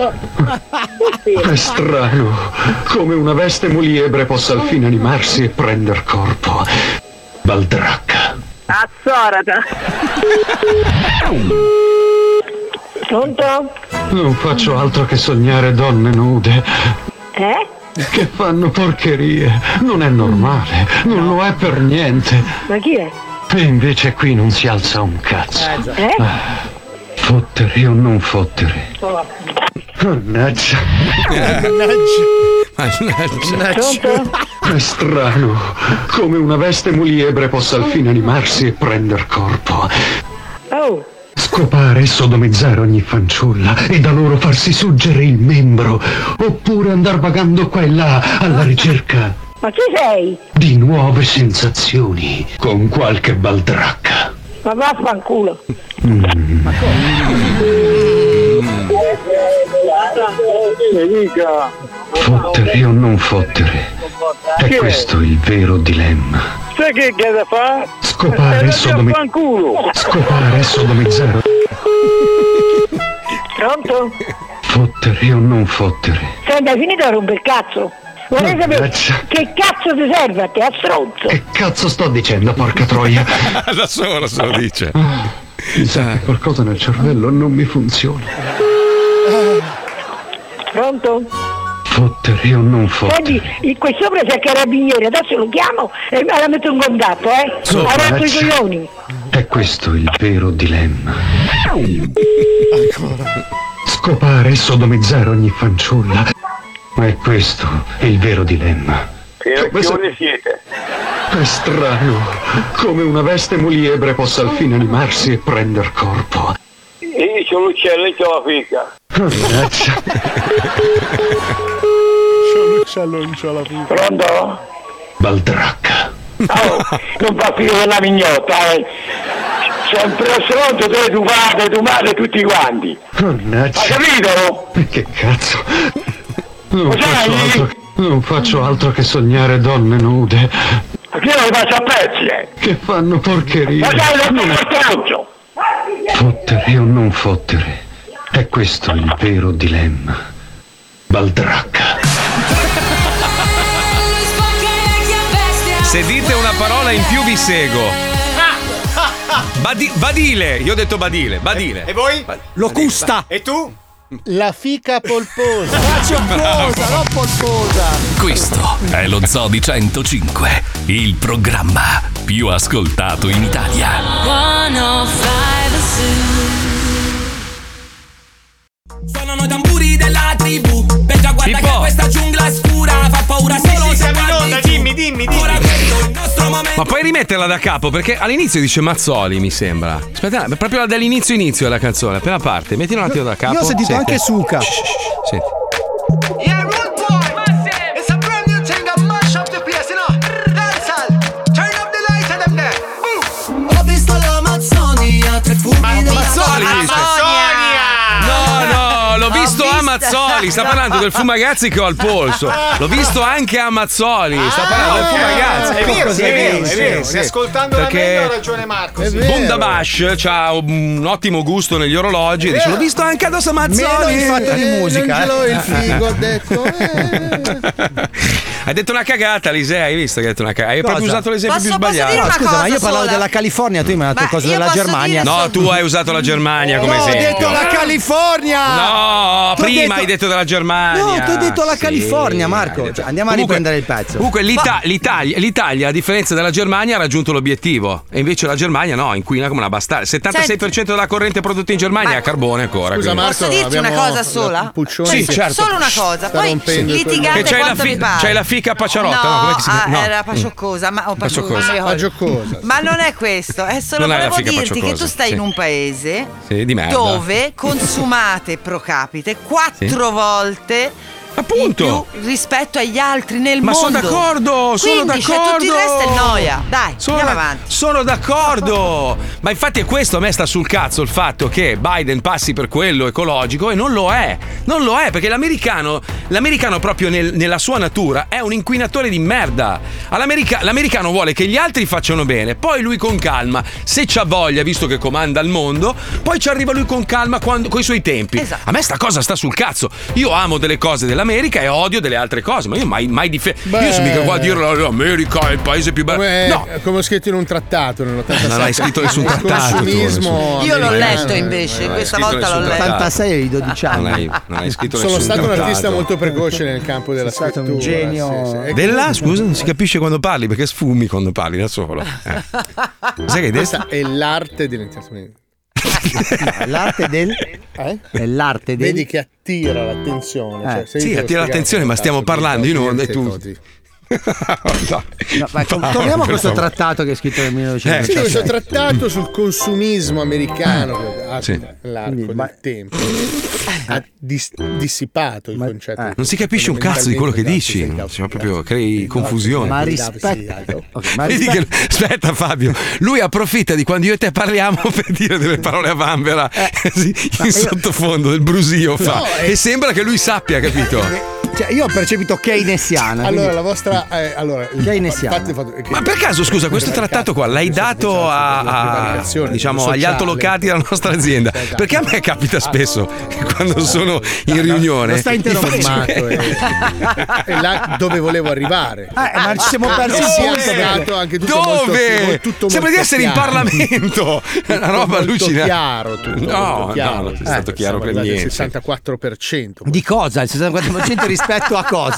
È strano come una veste muliebre possa al fine animarsi e prender corpo. Baldracca. Azzorata. Pronto? Non faccio altro che sognare donne nude. Eh? Che fanno porcherie. Non è normale, non lo è per niente. Ma chi è? E invece qui non si alza un cazzo. Eh? Ah, fottere o non fottere. Mannaggia. Pronto? È strano come una veste muliebre possa al fine animarsi e prender corpo. Oh. Scopare e sodomizzare ogni fanciulla e da loro farsi suggere il membro, oppure andar vagando qua e là alla ricerca Ma chi sei? di nuove sensazioni con qualche baldracca. Ma vaffanculo. Mm. Fottere o non fottere? È Che è? questo il vero dilemma. Sai che che da fa? Scopare e sodomi- Scopare e sodomizzare. Pronto? Fottere o non fottere? Senti, hai finito a rompere il cazzo? Vorrei sapere Mannaggia. che cazzo ti serve a te, a stronzo? Che cazzo sto dicendo, porca troia? Da solo se lo dice. Mi sa che qualcosa nel cervello non mi funziona. Pronto? Fottere o non fottere? Senti, il- qui sopra c'è il carabiniere, adesso lo chiamo e me la metto in contatto, eh? Sì. Ha rotto i Mannaggia. coglioni. È questo il vero dilemma. Scopare e sodomizzare ogni fanciulla. È questo il vero dilemma. Che Come se- ragione siete? È strano come una veste muliebre possa al fine animarsi e prender corpo. Io c'ho l'uccello e c'ho la fica. Mannaggia. C'ho l'uccello, non c'ho la figa. Pronto? Baldracca. Oh, non fa figlio della mignotta, eh! Sempre stronzo, te, tu padre, tu madre, tutti quanti! Mannaggia. Hai capito? Che cazzo? Non Lo sai? faccio altro, non faccio altro che sognare donne nude Perché io li faccio a pezzi, eh! che fanno porcherie. Ma sai, non è stronzo! Fottere o non fottere? È questo il vero dilemma. Baldracca. Se dite una parola in più vi seguo. Badi- badile, io ho detto badile, badile. E voi? Locusta. E tu? La fica polposa. Cioccosa, non polposa. Questo è lo Zoo di centocinque, il programma più ascoltato in Italia. Suonano tamburi della tribù. Pensa guarda Pippo. che questa giungla scura fa paura se Solo ci siamo in guardi onda, giù. dimmi, dimmi, dimmi. Ora questo è il nostro momento. Ma puoi rimetterla da capo? Perché all'inizio dice Mazzoli, mi sembra. Aspetta, proprio dall'inizio inizio della canzone, appena parte. Mettila un attimo da capo. Io ho sentito Senti. anche Suca. Shh, shh, shh, senti. Yeah, road boy, massive. It's a brand new thing that mash up the place, you know. Dancehall, turn up the lights and them there. Boom. Ho visto l'Amazzonia, tre fumi della Mazzoli dice. No, no, l'ho Ho visto a visto- Mazzoli. Sta No. parlando del Fumagazzi che ho al polso. L'ho visto anche a Mazzoli. Sta parlando del Fumagazzi. È vero, sì, è vero, è vero. Sì, Riascoltando perché- la meglio ha ragione Marco. Sì. Bundabash ha un ottimo gusto negli orologi. Dice, l'ho visto anche addosso a Meno Mazzoli. il fatto di musica. Angelo eh. il figo, ho detto. eh. Hai detto una cagata, Lisea. Hai visto che hai detto una cagata? Hai Cosa? proprio usato l'esempio Posso- più posso sbagliato. dire No, una scusa, ma io cosa parlavo sola. della California, tu mi hai dato Ma il coso io della posso Germania. dire No, tu hai usato la Germania come No, ho esempio. detto la California! No, Ti ho prima detto- hai detto della Germania. No, ti ho detto la Sì, California, hai Marco. detto- Cioè, andiamo a Comunque- riprendere il pezzo. Comunque l'Ita- l'Italia, l'Italia, a differenza della Germania, ha raggiunto l'obiettivo. E invece la Germania no, inquina come una bastarda. Il settantasei per cento della corrente prodotta in Germania è a carbone ancora. Scusa, quindi. Marco, Posso dirti una abbiamo cosa sola? la Puccioni Sì, che certo. Solo una cosa, sta poi rompendo il litigate Che c'hai la, quanto fi- vi pare. c'hai la fica pacciarotta, no? Come si ah, chiama? No. era pacioccosa, ma oh, Pacioccosa. pacioccosa. Pagioccosa. Ma non è questo, è solo Non è la volevo figa dirti che pacioccosa, tu stai sì. in un paese Sì, di merda. dove consumate pro capite quattro volte Appunto. in più rispetto agli altri nel Ma mondo. sono d'accordo, sono Quindi, d'accordo. Cioè, tutto il resto è noia. Dai, Sono, andiamo avanti. sono d'accordo. Ma infatti è questo, a me sta sul cazzo il fatto che Biden passi per quello ecologico e non lo è. Non lo è, perché l'americano, l'americano proprio nel- nella sua natura è un inquinatore di merda. All'america- l'americano vuole che gli altri facciano bene, poi lui con calma, se c'ha voglia, visto che comanda il mondo, poi ci arriva lui con calma quando, coi suoi tempi. Esatto. A me sta cosa sta sul cazzo. Io amo delle cose dell'America e odio delle altre cose, ma io mai, mai difendo. Io sono mica qua a dire l'America è il paese più bello. Come, No, come ho scritto in un trattato nell'ottantasei. non hai scritto nessun Il trattato. tu, consumismo Io l'ho americano. letto invece, Non hai questa scritto volta l'ho nessun letto. trattato. ottantasei, dodici anni. Non hai, non hai scritto Sono nessun stato un trattato. artista molto precoce nel campo della Sei stato scrittura. un genio. sì, sì. E Della, scusa, non si capisce quando parli perché sfumi quando parli da solo. Eh. Sai che hai detto? Questa è l'arte dell'intrattenimento. L'arte del. Eh? È l'arte del. Vedi che attira l'attenzione. Cioè, Eh. se io Sì, devo attira spiegare l'attenzione, ma stiamo un cazzo di parlando in onda e tu. cose, No, ma to- torniamo a questo trattato che è scritto nel Sì, millenovecentodiciassette. questo trattato sul consumismo americano che ha- Sì. all'arco Quindi, del ma- tempo ha dis- dissipato il concetto. eh. Non si capisce un cazzo di quello che dici, cioè, proprio crei confusione. Ma rispetto. Ok, ma Vedi rispetto- che, aspetta Fabio, lui approfitta di quando io e te parliamo per dire delle parole a vanvera sì, in sottofondo del brusio fa. No, è- E sembra che lui sappia, capito? Cioè, io ho percepito keynesiana. Allora, quindi- la vostra. Eh, allora, il- Keynesiana. fate- fate- che- Ma per caso, scusa, questo trattato qua l'hai dato a, a- diciamo agli altolocati della nostra azienda? Perché a me capita spesso che quando sono in riunione Lo stai Formato e, e là dove volevo arrivare. Eh, ma ci siamo persi il Sia punto. stato anche tutto molto- dove? tutto Sembra di molto essere in chiaro. Parlamento. È una roba Molto allucinante. chiaro, tutto No, molto chiaro. no, non è stato Eh, chiaro siamo per arrivati al niente. sessantaquattro per cento. Di cosa? Il sessantaquattro per cento rispetto a cosa?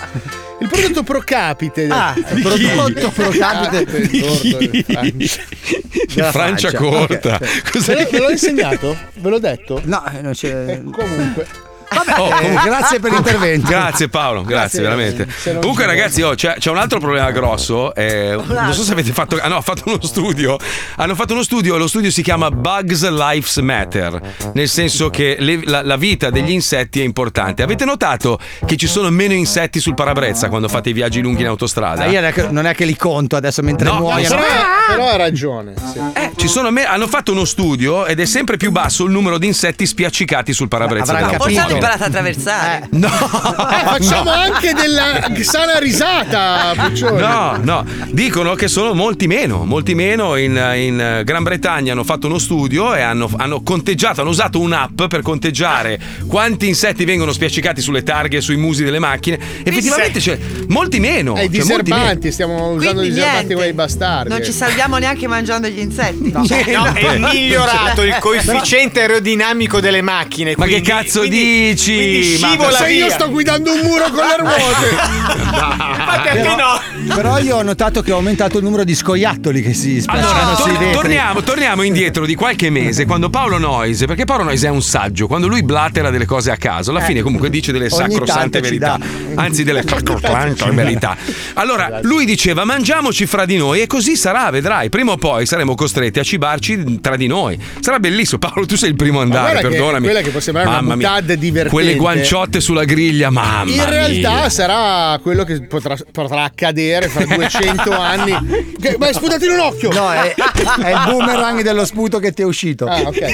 Il prodotto pro capite. Ah, il prodotto pro capite. Di Francia. Francia, Francia corta. Ok. Cos'è Ve l'ho- che- ve l'ho insegnato? Ve l'ho detto? No, eh, non c'è. Comunque. Vabbè, Oh, eh, comunque- grazie per l'intervento. Grazie Paolo, grazie, Grazie, veramente. se non Comunque ci ragazzi, oh, c'è, c'è un altro problema grosso. eh, non so se avete fatto. Ah no, ha fatto uno studio. Hanno fatto uno studio, lo studio si chiama Bugs Lives Matter. Nel senso che le- la, la vita degli insetti è importante. Avete notato che ci sono meno insetti sul parabrezza quando fate i viaggi lunghi in autostrada? Ah, io non è che- non è che li conto adesso mentre No, muoiono. Però, però ha ragione. sì. Eh, ci sono me- hanno fatto uno studio ed è sempre più basso il numero di insetti spiaccicati sul parabrezza. Avranno dell'auto. Forse hanno capito. imparato a attraversare. No, Eh, facciamo anche della sana risata, Puccioni. No, no, dicono che sono molti meno, molti meno. In, in Gran Bretagna hanno fatto uno studio e hanno, hanno conteggiato, hanno usato un'app per conteggiare quanti insetti vengono spiaccicati sulle targhe e sui musi delle macchine. Effettivamente c'è molti meno. Eh, i cioè, molti meno. diserbanti, stiamo usando i Quindi diserbanti niente, come i bastardi. non ci salviamo neanche mangiando gli insetti. No, è migliorato il coefficiente aerodinamico delle macchine. Ma che quindi- cazzo quindi- dici? Quindi Ma scivola Se via. io sto guidando un muro con le ruote. Infatti anche Però, no. però io ho notato che ho aumentato il numero di scoiattoli che si spiaccicano Allora, sui tor- vetri. torniamo, torniamo indietro di qualche mese quando Paolo Noyes, perché Paolo Noyes è un saggio, quando lui blatera delle cose a caso, alla Eh, fine comunque dice delle ogni sacrosante tanto ci verità, dà. anzi delle sacrosante verità. Allora, lui diceva mangiamoci fra di noi e così sarà, vedrai, prima o poi saremo costretti a cibarci tra di noi. Sarà bellissimo. Paolo, tu sei il primo a andare, guarda che perdonami. quella che può sembrare una Mamma mia. boutade divertente. Quelle guanciotte sulla griglia, mamma In realtà mia. sarà quello che potrà, potrà accadere fra duecento anni. Che, ma hai sputato in un occhio! No, è, è il boomerang dello sputo che ti è uscito. Ah, ok.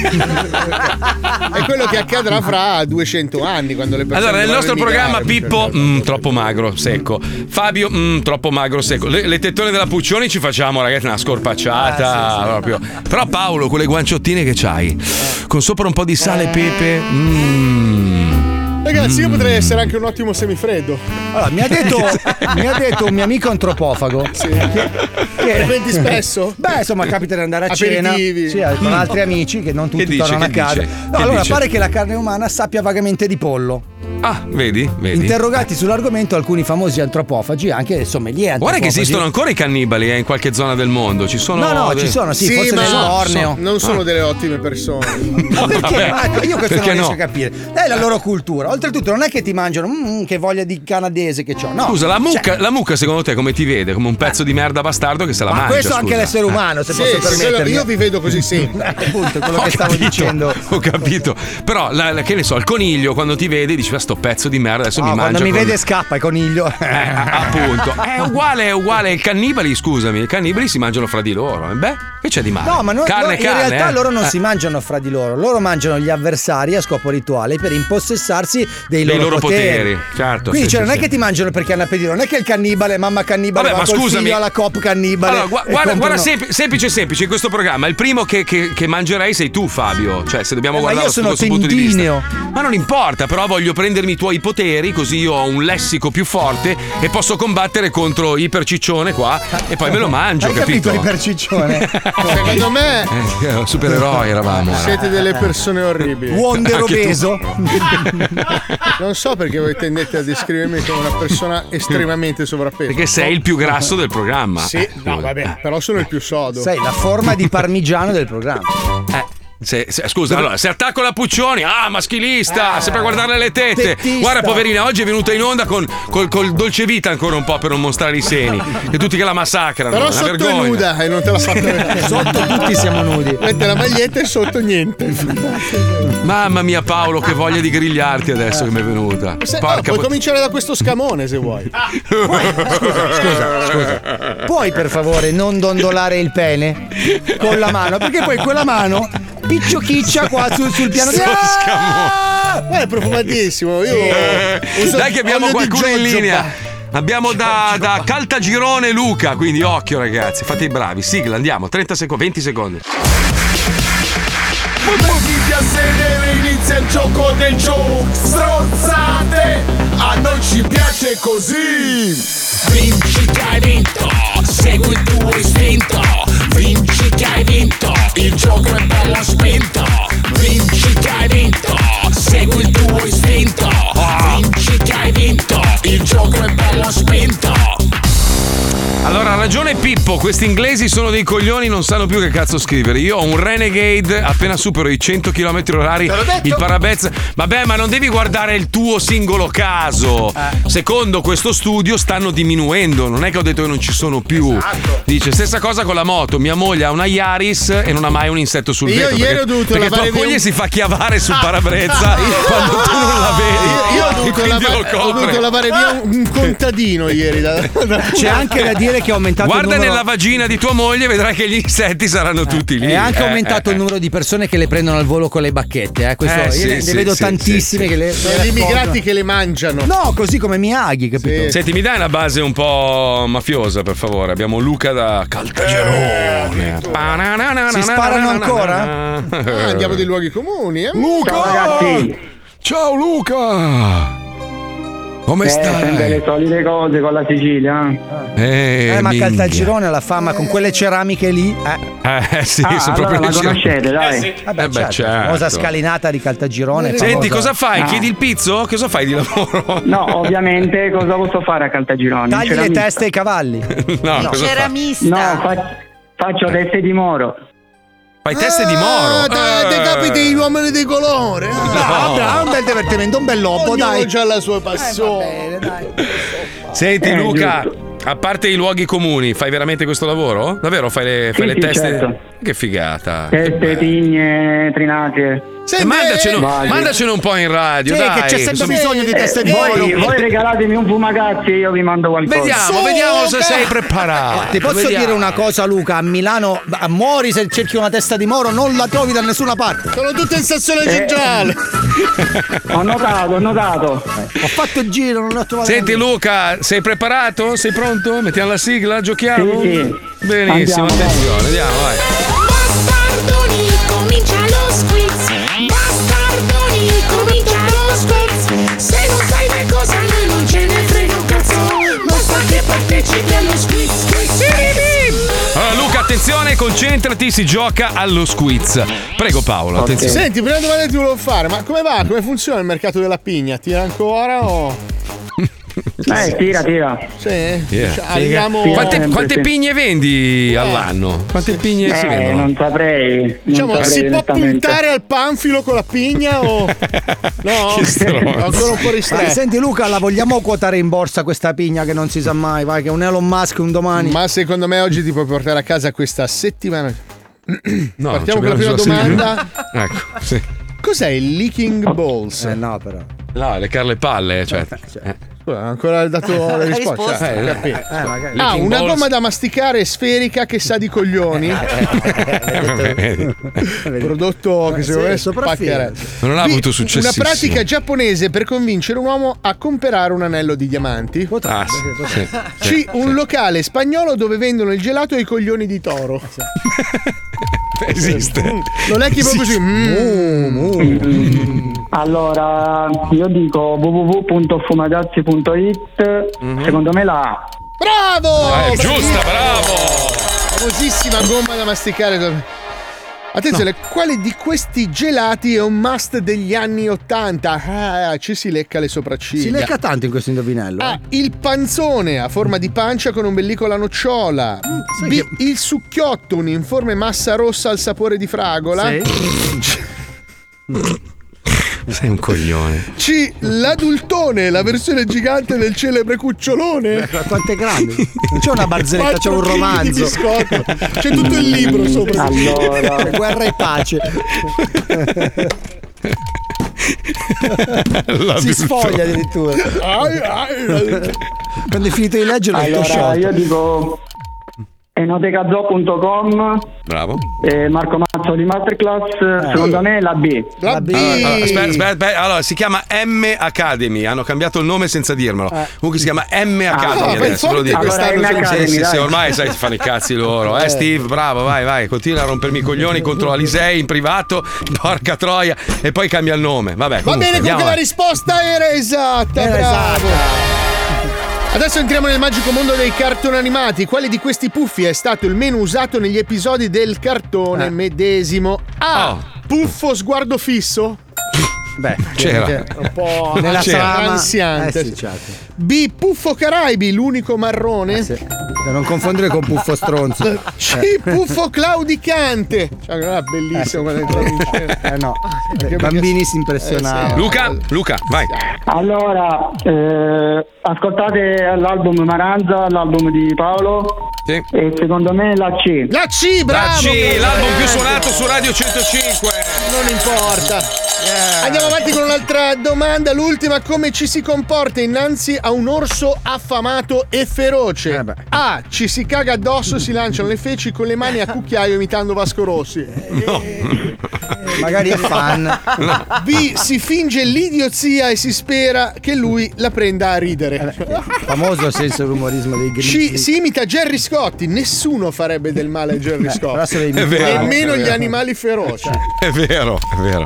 È quello che accadrà fra duecento anni quando le persone. Allora, nel nostro dovranno programma emigrare. Pippo, mm, troppo magro, secco. Fabio, mm, troppo magro, secco. Le, le tettone della Puccioni ci facciamo, ragazzi, una scorpacciata. Proprio. Però, Paolo, quelle guanciottine che c'hai, con sopra un po' di sale e pepe. Mm. Ragazzi, io potrei essere anche un ottimo semifreddo. Allora, mi ha detto, mi ha detto un mio amico antropofago. Sì. Che, Frequenti spesso? Beh, insomma, capita di andare a cena Aperitivi. sì, con altri amici che non tutti Che dice, tornano a che casa. dice? No, Che allora dice? pare che la carne umana sappia vagamente di pollo. Ah, vedi? Vedi? Interrogati sull'argomento alcuni famosi antropofagi, anche sommelier Guarda che antropofagi. esistono ancora i cannibali eh, in qualche zona del mondo. Ci sono. No, no, de- ci sono, sì, Sì, forse ma nel no, Borneo. so- non sono delle ottime persone. Ma perché? Vabbè, Ma io questo perché non riesco no? a capire. È la loro cultura. Oltretutto, non è che ti mangiano, "Mm, che voglia di canadese che c'ho. No. Scusa, la mucca, Cioè, la mucca secondo te come ti vede? Come un pezzo di merda bastardo che se la ma mangia? questo anche scusa. l'essere umano, se Sì, posso sì, quello- permettermi. io vi vedo così sempre. Appunto, quello Ho che stavo capito, dicendo. Ho capito. Però, la- la- che ne so, il coniglio quando ti vede dici, sto pezzo di merda adesso No, mi quando mangia mi con... vede scappa il coniglio. Eh, appunto, è uguale, è uguale. I cannibali, scusami, i cannibali si mangiano fra di loro. Eh, Beh, che c'è di male? No, ma non, carne, no, in carne, realtà eh. loro non Eh. si mangiano fra di loro, loro mangiano gli avversari a scopo rituale per impossessarsi dei, Dei loro, loro poteri. poteri. Certo. Quindi sì, cioè, sì, non sì. è che ti mangiano perché hanno appetito, non è che il cannibale, mamma cannibale, Vabbè, va ma col scusami. figlio alla coop cannibale. Allora, gua- e guarda, comprano- guarda sem- semplice, semplice. In questo programma il primo che, che, che mangerei sei tu, Fabio. Cioè, se dobbiamo Eh, ma guardare io sono da questo punto di tendineo. vista. Ma non importa, però voglio prendermi i tuoi poteri, così io ho un lessico più forte e posso combattere contro Iperciccione qua e poi me lo mangio, Hai capito? capito l'iperciccione? Secondo me Eh, supereroi eravamo. siete delle persone orribili. Wonder Anche tu. obeso. Non so perché voi tendete a descrivermi come una persona estremamente sovrappeso. Perché sei il più grasso del programma. Sì, no, vabbè, però sono il più sodo. Sei la forma di parmigiano del programma. Eh. Se, se- scusa, allora, se attacco la Puccioni, ah, maschilista, sempre a guardarle le tette. tettista. Guarda, poverina, oggi è venuta in onda con col, col dolce vita ancora un po' per non mostrare i seni. E tutti che la massacrano. Però una sotto vergogna. è nuda e non te l'ha fatta vedere. Sotto tutti siamo nudi. Mette la maglietta e sotto niente. Mamma mia, Paolo, che voglia di grigliarti adesso che mi è venuta. Se- no, Porca puoi pu- cominciare da questo scamone se vuoi. Scusa, scusa. Puoi per favore non dondolare il pene con la mano? Perché poi quella mano picciocchiccia qua sul, sul piano di. Sto Ah! Eh, è profumatissimo. Io uso Dai che abbiamo olio di qualcuno in jojoba. linea. Abbiamo da, da Caltagirone Luca, quindi occhio ragazzi, fate i bravi. Sigla, andiamo, trenta secondi, venti secondi. Mettiti a sedere, inizia il gioco del gioco. Strozzate, a noi ci piace così. Vinci che hai vinto, segui il tuo istinto. Vinci che hai vinto, il gioco è bello spinto. Vinci che hai vinto, segui il tuo istinto. Vinci che hai vinto, il gioco è bello spinto. Allora, ha ragione Pippo, questi inglesi sono dei coglioni, non sanno più che cazzo scrivere. Io ho un Renegade, appena supero i cento chilometri orari, il parabezza. Vabbè, ma non devi guardare il tuo singolo caso. Secondo questo studio stanno diminuendo, non è che ho detto che non ci sono più. Dice, stessa cosa con la moto, mia moglie ha una Yaris e non ha mai un insetto sul Io vetro. ieri perché, ho dovuto perché lavare tua moglie via un- si fa chiavare sul parabrezza quando tu non la vedi. Io, io ho, dovuto Quindi lavare, lo ho copre. dovuto lavare via un, un contadino ieri. Da, da- C'è anche da dire che è aumentato Guarda il numero. nella vagina di tua moglie e vedrai che gli insetti saranno tutti lì. È anche Eh, aumentato eh, il numero di persone che le prendono al volo con le bacchette. Eh. Questo, Eh, io sì, ne, ne sì, vedo sì, tantissime sì, che le. Sono le gli immigrati raccolgono. che le mangiano. No, così come Miyagi, capito? Senti, mi dai una base un po' mafiosa, per favore? Abbiamo Luca da Caltagirone. Si sparano ancora? Ah, andiamo dei luoghi comuni. Eh? Luca! Ciao ragazzi. Ciao Luca! Come Eh, stai? sempre le solite cose con la Sicilia. Eh, Eh, ma minchia. Caltagirone ha la fama con quelle ceramiche lì. Eh. Eh sì, Ah, sono allora proprio la le ceramiche. conoscete, dai. Vabbè, Eh beh, certo. certo. Famosa scalinata di Caltagirone. Senti, famosa- cosa fai? Ah. Chiedi il pizzo? Cosa fai di lavoro? No, ovviamente cosa posso fare a Caltagirone? Tagli le Ceramista. teste ai cavalli. No, Il cosa fai? ceramista. No, fa- faccio teste di moro. Fai teste di moro. Ah, te, te Eh. capiti gli uomini di colore. No, vabbè, un bel divertimento, un bel lobo, Ognuno dai. c'ha la sua Eh, passione. va bene, dai. Senti Eh, Luca, giusto. a parte i luoghi comuni, fai veramente questo lavoro? Davvero fai le, fai Sì, le sì, teste? certo. Che figata. Teste, tigne, trinate. E mandacene, Vai. mandacene un po' in radio, Sì, dai. che c'è sempre Insomma- bisogno di teste di Voi, moro. voi regalatemi un fumagazzi e io vi mando qualcosa. Vediamo, vediamo se sei preparato. Ti posso Vediamo. dire una cosa, Luca? A Milano a muori se cerchi una testa di moro, non la trovi da nessuna parte. Sono tutte in stazione Eh. centrale. Ho notato, ho notato. Ho fatto il giro, non l'ho trovato. Senti Luca, sei preparato? Sei pronto? Mettiamo la sigla, giochiamo? Sì, sì. Benissimo, Andiamo, attenzione, andiamo, vai. Bastardoni, comincia lo squiz. Bastardoni, comincia lo squiz. Se non sai le cose a noi non ce ne frega un cazzo. Basta che partecipi allo squiz. Squiz. Allora Luca, attenzione, concentrati, si gioca allo squiz. Prego Paolo, attenzione. Senti, prima domanda che ti volevo fare, ma come va? Come funziona il mercato della pigna? Tira ancora o. Eh, tira, tira. Sì? Yeah. Cioè, arriviamo. Quante, sempre, quante sì. pigne vendi all'anno? Quante pigne si Eh, vendono? non saprei. Non Diciamo, saprei si può onestamente. puntare al panfilo con la pigna o. No? Che stronzo. Ho ancora un po' Ma ristretto. senti Luca, la vogliamo quotare in borsa questa pigna che non si sa mai, vai, che è un Elon Musk un domani. Ma secondo me oggi ti puoi portare a casa questa settimana. No, Partiamo non con la prima ci abbiamo domanda. Ecco, sì. Cos'è il leaking balls? Eh no, però. No, leccar le palle, cioè. Eh. Scusa, ancora dato la risposta. risposta. Eh, Eh, capito. eh, magari. Ah, Licking una balls. gomma da masticare sferica che sa di coglioni. Prodotto che secondo me spaccherebbe. Non ha B, avuto successo. Una pratica giapponese per convincere un uomo a comprare un anello di diamanti. Ah, sì, sì. C, un locale spagnolo dove vendono il gelato e i coglioni di toro. Esiste. Lo lecchi proprio così. Mm. Allora, io dico w w w punto fumadazzi punto i t. Secondo me la A. Bravo! Ah, è giusta, bravo! Famosissima gomma da masticare. Attenzione, quale di questi gelati è un must degli anni ottanta? Ah, ci si lecca le sopracciglia. Si lecca tanto in questo indovinello. A, il panzone a forma di pancia con ombelico alla nocciola. B, il succhiotto, un'informe massa rossa al sapore di fragola. Sei un coglione. C, l'adultone, la versione gigante del celebre cucciolone. Quanto è grande? Non c'è una barzelletta, c'è un Quattro chili romanzo. di biscotto. C'è tutto il libro sopra. Allora, guerra e pace. Si sfoglia addirittura. Quando è finito di leggere l'ho Allora, sciolto. io dico enotecazoo punto com. Bravo. Eh, Marco Mazzo di Masterclass. Secondo me la B. La B. Allora, allora, aspetta, aspetta, aspetta. Allora, si chiama M Academy. Hanno cambiato il nome senza dirmelo. Comunque si chiama M Academy no, adesso, ve lo dico. Allora, M Academy, sì, sì, sì, dai. ormai sai, fanno i cazzi loro. Eh, Steve, bravo, vai, vai. Continua a rompermi i coglioni contro Alisei in privato. Porca troia. E poi cambia il nome. Vabbè, Va comunque, bene, andiamo comunque la avanti. risposta era esatta. Era bravo. Adesso entriamo nel magico mondo dei cartoni animati. Quale di questi puffi è stato il meno usato negli episodi del cartone Eh. medesimo? A. Oh. Puffo sguardo fisso. Beh, C'era. che- Un po' nella C'era. trama. ansiante. Eh sì, certo. B. Puffo Caraibi, l'unico marrone. Eh sì. Da non confondere con Puffo Stronzo. C. Puffo claudicante. Cioè, era bellissimo quando entrava in scena. Eh no, Perché- i bambini si impressionavano. Luca, Luca, vai. Allora, eh, ascoltate l'album Maranza, l'album di Paolo. Sì. E secondo me la C. La C, bravo! La C, l'album più suonato su Radio centocinque. Non importa. Andiamo avanti con un'altra domanda, l'ultima: come ci si comporta innanzi a un orso affamato e feroce? Eh beh. A. Ci si caga addosso, si lanciano le feci con le mani a cucchiaio imitando Vasco Rossi. No. Magari è fan. B. Si finge l'idiozia e si spera che lui la prenda a ridere. Famoso senso dell'umorismo dei C. grigi. Si imita Gerry Scotti. Nessuno farebbe del male a Gerry Eh, però Scotti. se lo imiti- È vero. Nemmeno è gli vero. animali feroci. È vero, è vero.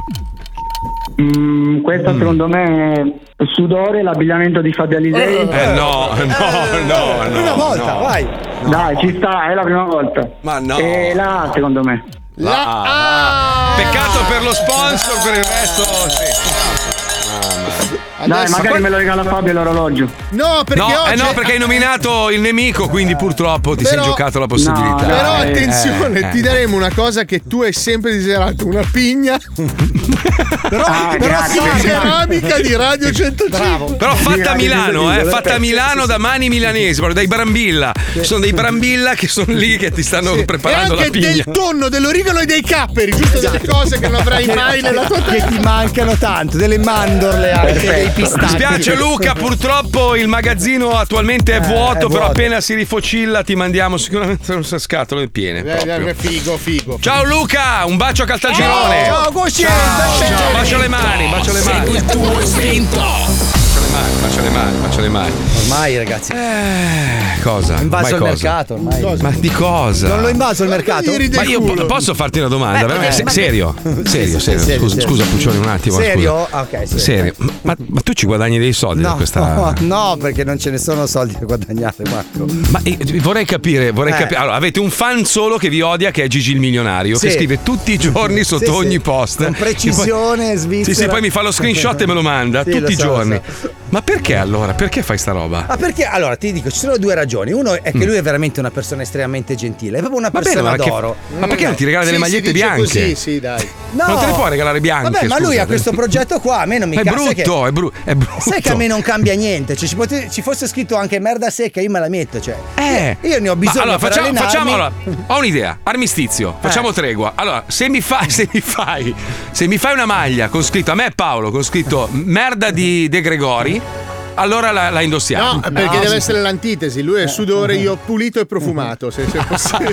Mm, questa secondo me è sudore, l'abbigliamento di Fabio Alisei. Eh no, no, no, no. Una volta, no. vai. Dai, ci sta, è la prima volta. Ma no. E la A secondo me. La A. Peccato per lo sponsor, per il resto. Sì. Dai, Adesso- magari me lo regala Fabio l'orologio. No, perché No, oggi eh no, perché hai nominato il nemico, quindi purtroppo ti Però- sei giocato la possibilità. No, Però Eh, attenzione, eh, ti eh. daremo una cosa che tu hai sempre desiderato, una pigna. però Ah, però grazie. di ceramica di Radio centocinque. Però fatta a Di Milano, Radio eh, Centocinque, fatta a Milano da mani milanesi, proprio dai Brambilla. Ci sono dei Brambilla che sono lì che ti stanno E preparando la anche pigna. del tonno, dell'origano e dei capperi, giusto delle cose che non avrai mai nella tua Che ti mancano tanto, delle mandorle anche, dei Mi pistacchi. spiace Luca, purtroppo il magazzino attualmente è vuoto, è però vuoto. appena si rifocilla ti mandiamo sicuramente una scatole piene. proprio. Eh, Figo, figo. Ciao Luca, un bacio a Caltagirone. Ciao, Gosci. Ciao, bacio le mani, bacio le mani. Segui il tuo istinto. Bacio le mani, bacio le mani. Ormai, ragazzi, Eh, cosa? ho invaso Mai il cosa? mercato ormai. Ma di cosa? Non l'ho invaso il mercato? Ieri del Ma io culo. po- posso farti una domanda? Beh, veramente? perché- Se- serio? Serio, serio. serio, Scusa, serio. scusa, Puccioni, un attimo. Serio? Scusa. Ah, ok, serio. Serio. Ma, ma tu ci guadagni dei soldi da No, questa. no, no, perché non ce ne sono soldi da guadagnare, Marco. Ma eh, vorrei capire, vorrei Eh. capire. Allora, avete un fan solo che vi odia, che è Gigi il milionario, Sì. che scrive tutti i giorni sotto Sì, sì. ogni post. Con precisione E poi- svizzera. Sì, sì, poi mi fa lo screenshot e me lo manda Sì, tutti lo i so, giorni. lo so. Ma perché allora? Perché fai sta roba? Ma perché? Allora ti dico, ci sono due ragioni. Uno è che lui è veramente una persona estremamente gentile, è proprio una Va bene, persona ma che- d'oro. ma perché non ti regala delle Sì, magliette si dice bianche? Così, sì, dai. No. Non te le puoi regalare bianche. Vabbè, ma lui scusa. ha questo progetto qua, a me non mi È cazzo. brutto, che... è, bru- è brutto. Sai che a me non cambia niente, cioè ci, pote- ci fosse scritto anche merda secca, io me la metto, cioè. Eh. Io ne ho bisogno Ma allora, per facciamo, allenarmi. facciamo allora, ho un'idea, armistizio, facciamo Eh. tregua. Allora, se mi fai, se mi fai, se mi fai una maglia con scritto a me e Paolo, con scritto merda di De Gregori, allora la, la indossiamo. No, perché deve essere l'antitesi. Lui è sudore, io pulito e profumato. Se, se possibile.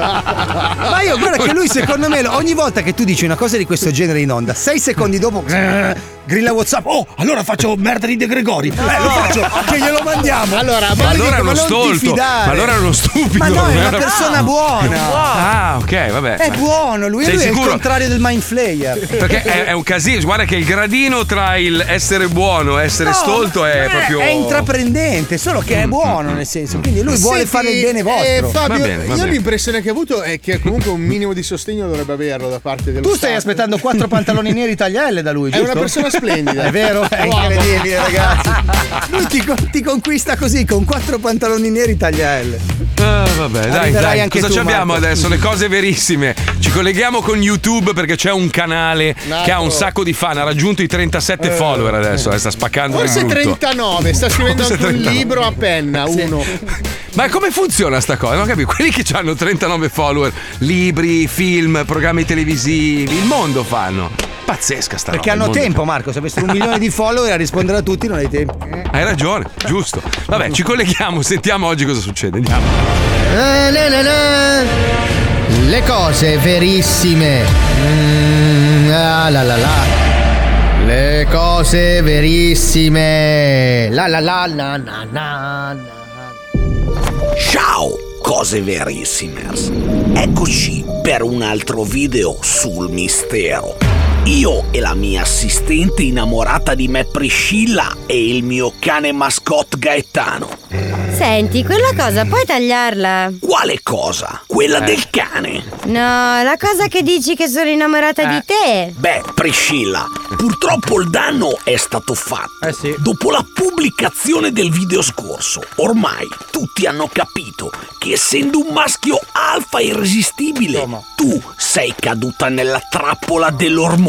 Ma io guarda che lui secondo me ogni volta che tu dici una cosa di questo genere in onda, sei secondi dopo grilla WhatsApp. Oh, allora faccio merda di De Gregori. Eh, lo faccio, che glielo mandiamo. Allora, ma allora è uno non ti stolto. fidare. Ma allora è uno stupido. Ma no, non è una una- persona buona. Ah, ok, vabbè. È buono, lui, Sei lui è il sicuro? contrario del mind flayer. Perché è, è un casino, guarda che il gradino tra il essere buono e essere No, stolto è è, proprio. è intraprendente, solo che è buono nel senso, quindi lui vuole Senti, fare il bene vostro. eh, Fabio, Va bene, va io bene. l'impressione che ho avuto è che comunque un minimo di sostegno dovrebbe averlo da parte dello Tu stai Stato. aspettando quattro pantaloni neri taglia L da lui, È giusto? una persona splendida. È vero? È Bravo. incredibile, ragazzi. Lui ti, con- ti conquista così, con quattro pantaloni neri taglia L. Ah, vabbè, dai, Arriverai dai. anche Cosa tu, ci abbiamo Marco. adesso? Le cose verissime. Ci colleghiamo con YouTube perché c'è un canale Marco. che ha un sacco di fan. Ha raggiunto i trentasette Eh. follower adesso. eh, sta spaccando Forse il brutto. trentanove, sta scrivendo Forse anche un trentanove. libro a penna, uno. Ma come funziona sta cosa? Non capisco. Quelli che hanno trentanove follower, libri, film, programmi televisivi, il mondo fanno. Pazzesca sta Perché roba. hanno il mondo- tempo, Marco. Se avessero un milione di follower a rispondere a tutti, non hai tempo. Hai ragione, giusto. Vabbè, ci colleghiamo, sentiamo oggi cosa succede. Andiamo. Eh, na, na, na. Le cose verissime. Mm, ah, la la la. Le cose verissime. La la la la na na na. Ciao, cose verissimers. Eccoci per un altro video sul mistero. Io e la mia assistente innamorata di me Priscilla e il mio cane mascotte Gaetano. Senti, quella cosa puoi tagliarla? Quale cosa? Quella Eh. del cane? No, la cosa che dici che sono innamorata di te. Beh, Priscilla, purtroppo il danno è stato fatto. Dopo la pubblicazione del video scorso, ormai tutti hanno capito che essendo un maschio alfa irresistibile, tu sei caduta nella trappola dell'ormone.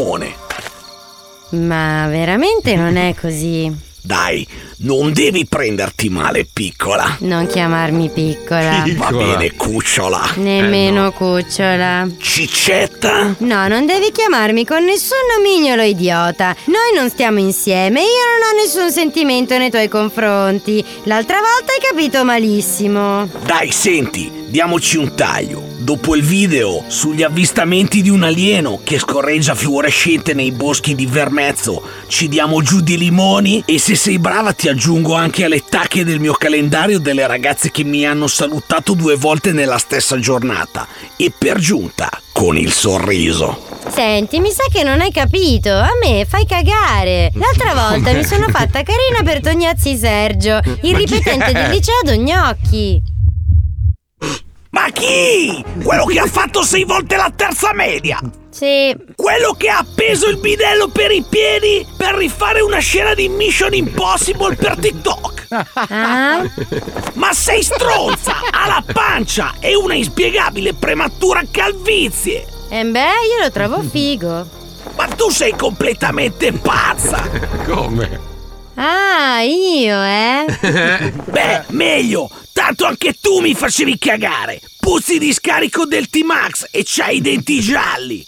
Ma veramente non è così. Dai, non devi prenderti male, piccola. Non chiamarmi piccola. Va bene, cucciola. Nemmeno cucciola. Ciccetta? No, non devi chiamarmi con nessun nomignolo idiota. Noi non stiamo insieme, io non ho nessun sentimento nei tuoi confronti. L'altra volta hai capito malissimo. Dai, senti, diamoci un taglio. Dopo il video sugli avvistamenti di un alieno che scorreggia fluorescente nei boschi di Vermezzo, ci diamo giù di limoni e se sei brava ti aggiungo anche alle tacche del mio calendario delle ragazze che mi hanno salutato due volte nella stessa giornata e per giunta con il sorriso. Senti, mi sa che non hai capito. A me fai cagare. L'altra volta mi sono fatta carina per Tognazzi Sergio, il ripetente del liceo ad Ognocchi. Ma chi? Quello che ha fatto sei volte la terza media? Sì. Quello che ha appeso il bidello per i piedi per rifare una scena di Mission Impossible per TikTok. Ah? Ma sei stronza, ha la pancia e una inspiegabile prematura calvizie. E beh, io lo trovo figo. Ma tu sei completamente pazza. Come? Ah, io, eh? Beh, meglio. Tanto anche tu mi facevi cagare. Puzzi di scarico del T-Max e c'hai i denti gialli.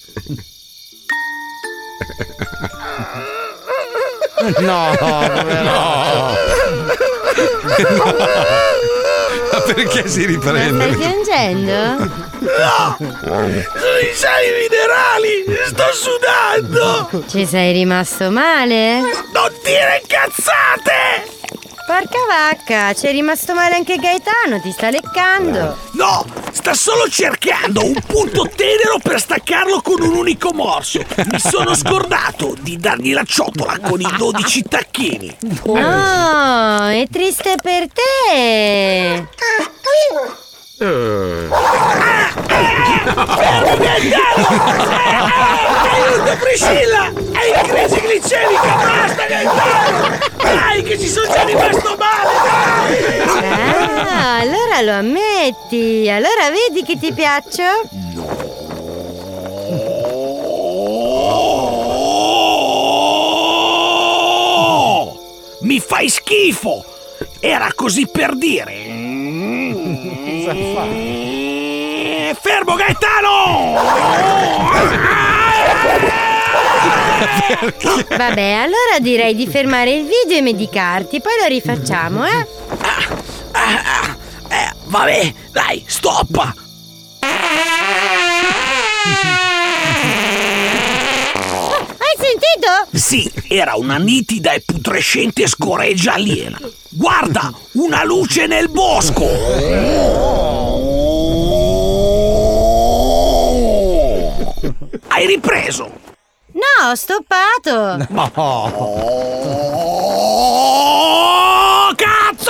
No, no. Ma perché si Ma riprende? stai piangendo? No! Sono i sali minerali! Sto sudando! Ci sei rimasto male? Non dire cazzate! Porca vacca, ci è rimasto male anche Gaetano, ti sta leccando. No! Sta solo cercando un punto tenero per staccarlo con un unico morso. Mi sono scordato di dargli la ciotola con i dodici tacchini. No, è triste per te. Aiuto, Priscilla! È in crisi glicemica, basta Gaetano! Dai, dai, che ci sono già rimasto male, dai! Ah, allora lo ammetti. Allora vedi che ti piaccio? Oh, mi fai schifo! Era così per dire. Fermo Gaetano! Vabbè, allora direi di fermare il video e medicarti, poi lo rifacciamo, eh? Eh, vabbè, dai, stop! Hai sentito? Sì, era una nitida e putrescente scoreggia aliena. Guarda, una luce nel bosco! Hai ripreso? No, ho stoppato. No. Oh, cazzo!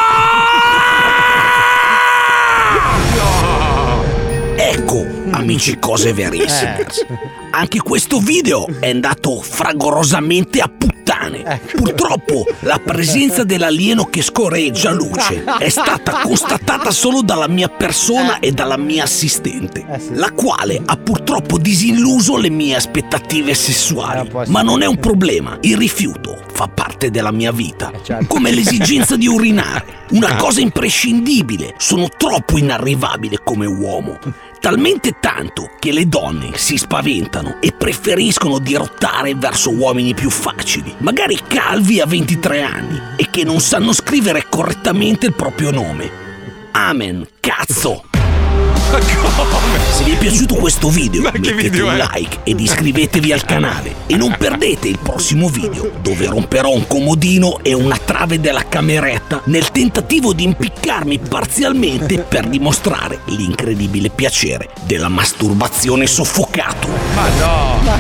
Ecco, amici, cose verissime. Anche questo video è andato fragorosamente a puttane. Purtroppo la presenza dell'alieno che scorreggia luce è stata constatata solo dalla mia persona e dalla mia assistente, la quale ha purtroppo disilluso le mie aspettative sessuali. Ma non è un problema, il rifiuto fa parte della mia vita, come l'esigenza di urinare, una cosa imprescindibile. Sono troppo inarrivabile come uomo, talmente tanto che le donne si spaventano e preferiscono dirottare verso uomini più facili, magari calvi a ventitré anni e che non sanno scrivere correttamente il proprio nome. Amen, cazzo! Se vi è piaciuto questo video, mettete un like ed iscrivetevi al canale e non perdete il prossimo video, dove romperò un comodino e una trave della cameretta nel tentativo di impiccarmi parzialmente per dimostrare l'incredibile piacere della masturbazione soffocato. Ma no! Ma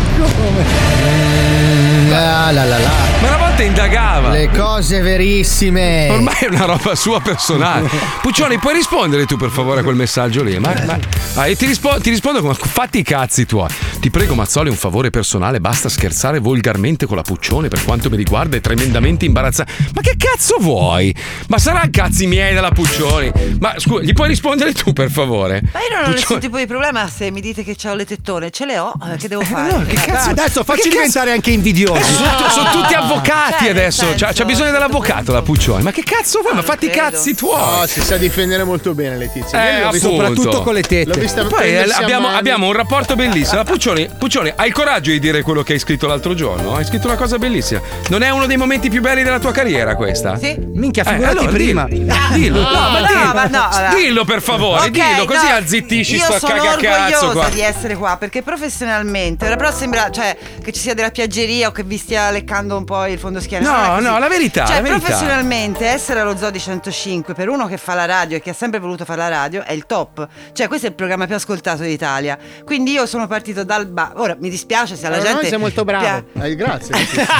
come? La la la la. Ma una volta indagava. Le cose verissime. Ormai è una roba sua personale. Puccioni, puoi rispondere tu per favore a quel messaggio lì? Ma, ma ah, io ti, rispo- ti rispondo con fatti i cazzi tuoi. Ti prego Mazzoli, un favore personale, basta scherzare volgarmente con la Puccione, per quanto mi riguarda è tremendamente imbarazzante. Ma che cazzo vuoi? Ma saranno cazzi miei della Puccioni. Ma scusa, gli puoi rispondere tu per favore? Ma io non ho Puccioni. nessun tipo di problema se mi dite che ho le tettone, ce le ho, eh, che devo fare? No, che cazzo? Adesso facci che diventare anche invidiosi. Sono, sono tutti avvocati Cioè, adesso. nel C'ha, senso, c'ha bisogno dell'avvocato la Puccioni. Ma che cazzo vuoi? Ma fatti i cazzi tuoi. No, si sa difendere molto bene Letizia. Eh, Ieri l'ho vista- appunto. Soprattutto con le tette. L'ho vista Poi eh, prendersi a abbiamo, mano. abbiamo un rapporto bellissimo. La Puccioni, Puccioni, hai il coraggio di dire quello che hai scritto l'altro giorno? Hai scritto una cosa bellissima. Non è uno dei momenti più belli della tua carriera questa? Sì. Minchia, Eh, figurati allora, prima. Dillo, dillo. No, ma no, dillo, ma no, allora. dillo per favore, Ok, dillo, così no, azzittisci io sto sono cagacazzo orgogliosa qua. di essere qua perché professionalmente ora però sembra cioè che ci sia della piaggeria o che vi stia leccando un po' il fondo schiena. No, Non è così. no, la verità, Cioè la verità. professionalmente essere allo Zoo di centocinque per uno che fa la radio e che ha sempre voluto fare la radio è il top. Cioè questo è il programma più ascoltato d'Italia. Quindi io sono partito dal ba- ora mi dispiace se alla Allora, gente noi sei molto bravo. pia- Eh, grazie.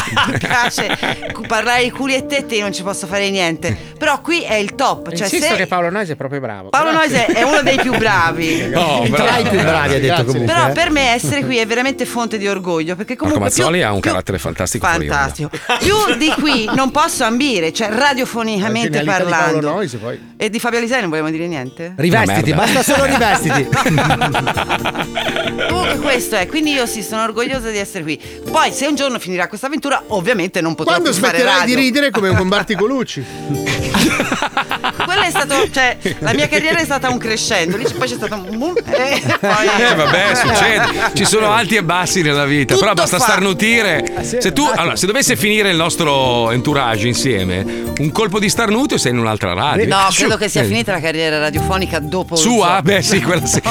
piace cu- parlare di culi e tette, io non ci posso fare niente. Però qui è il top. Cioè, Insisto se che Paolo Noise è proprio bravo. Paolo Grazie. Noise è uno dei più bravi. Oh, bravo. Tra i più bravi ha detto Grazie. comunque. Però eh. per me essere qui è veramente fonte di orgoglio perché Marco comunque Mazzoli più, ha un più- carattere fantastico fuori onda. fantastico. Più di qui non posso ambire, cioè radiofonicamente La genialità di parlando. Paolo Noise, poi. E di Fabio Alisei non vogliamo dire niente? Rivestiti, Una merda. basta solo rivestiti. Comunque questo è, quindi io sì, sono orgogliosa di essere qui. Poi se un giorno finirà questa avventura, ovviamente non potrò Quando più fare smetterai radio. di ridere come con Barticolucci. Quello è stato, cioè, la mia carriera è stata un crescendo, lì poi c'è stato un boom e poi Eh vabbè, succede. Ci sono alti e bassi nella vita. Tutto Però basta fa. starnutire. Se tu, allora, se dovesse finire il nostro entourage insieme, un colpo di starnuto e sei in un'altra radio. No, Sciù. credo che sia Eh. finita la carriera radiofonica dopo lo Sua? zoo. Beh, sì, quella sì.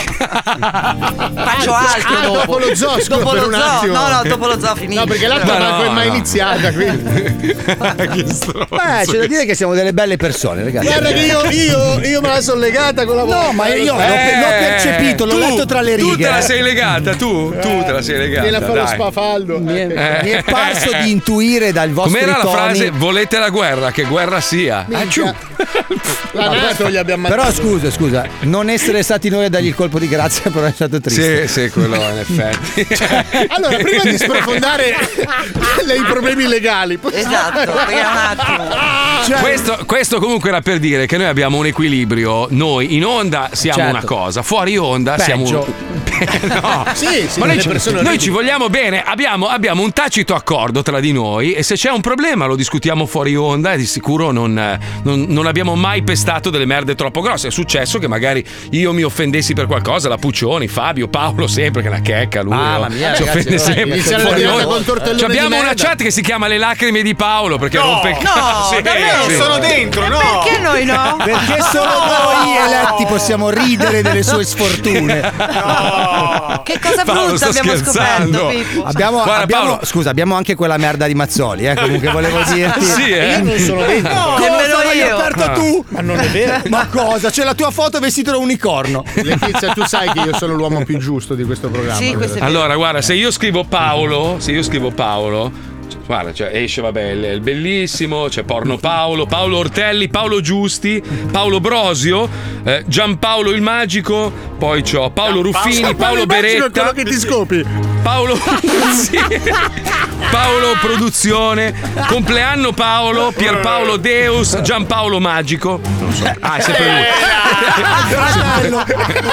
Faccio altro Ah, dopo. dopo lo zoo, scusa, Dopo per lo un zoo. attimo. No, no, dopo lo zoo finito. No, perché l'altra No, manco è no, mai no. iniziata, quindi. Che stronzo. Beh, c'è da dire che siamo delle belle persone, ragazzi. Guarda che io, io, io me la sono legata con la voce. No, ma io l'ho, Eh, l'ho percepito, l'ho tu- letto tra le righe. Tu te la eh. sei legata, tu? Tu te la sei legata. Viene a fare lo dai. spafaldo. Mi è, Eh. mi è parso di intuire dal vostro Com'era la toni. frase? Volete la guerra? Che guerra sia. Minchia. Ah, giù. La NATO gli abbiamo Però mandato. scusa, scusa, non essere stati noi a dargli il colpo di grazia però è stato triste. Sì, sì, quello in effetti. Allora, prima di sprofondare nei problemi legali, esatto, perché un attimo. Cioè, questo, questo comunque era per dire che noi abbiamo un equilibrio. Noi in onda siamo Certo. una cosa, fuori onda Peggio. siamo no. Sì, sì, Ma noi, le ci, persone noi orribili. ci vogliamo bene, abbiamo, abbiamo un tacito accordo tra di noi e se c'è un problema lo discutiamo fuori onda e di sicuro non, non, non abbiamo mai pestato delle merde troppo grosse. È successo che magari io mi offendessi per qualcosa, la Puccioni, Fabio, Paolo sempre che la checca lui. Mamma no? mia, ci ragazzi, offende allora, sempre. iniziare la Fuori diretta onda. con tortellone Ci di abbiamo una merda. chat che si chiama Le lacrime di Paolo perché No, rompe il no, cazzo. Sì, davvero, sì. sono dentro, no? Perché noi no? Perché solo noi eletti possiamo ridere delle sue sfortune. Che cosa Paolo, brutta sto abbiamo scherzando. scoperto, Pippo. Abbiamo, Guarda, abbiamo- Paolo. scusa, abbiamo anche quella merda di Mazzoli, eh, comunque volevo dirti. Sì, eh. Io non sono dentro. Cosa Nemmeno l'hai io. aperto Ah. tu? Ma non è vero. Ma cosa? C'è la tua foto vestito da unicorno. Letizia, tu sai che io sono l'uomo più giusto di questo programma. Sì, questo è vero. Allora, guarda, se io scrivo Paolo, se io scrivo Paolo, cioè, guarda, cioè, esce, vabbè, il, il bellissimo, c'è Porno Paolo, Paolo Ortelli, Paolo Giusti, Paolo Brosio, eh, Giampaolo il Magico, poi c'ho Paolo Ruffini, Paolo Immagino Beretta, quello che ti scopi. Paolo sì. Paolo Produzione, compleanno Paolo, Pierpaolo Deus, Giampaolo Magico. Non so. Ah, è sempre lui.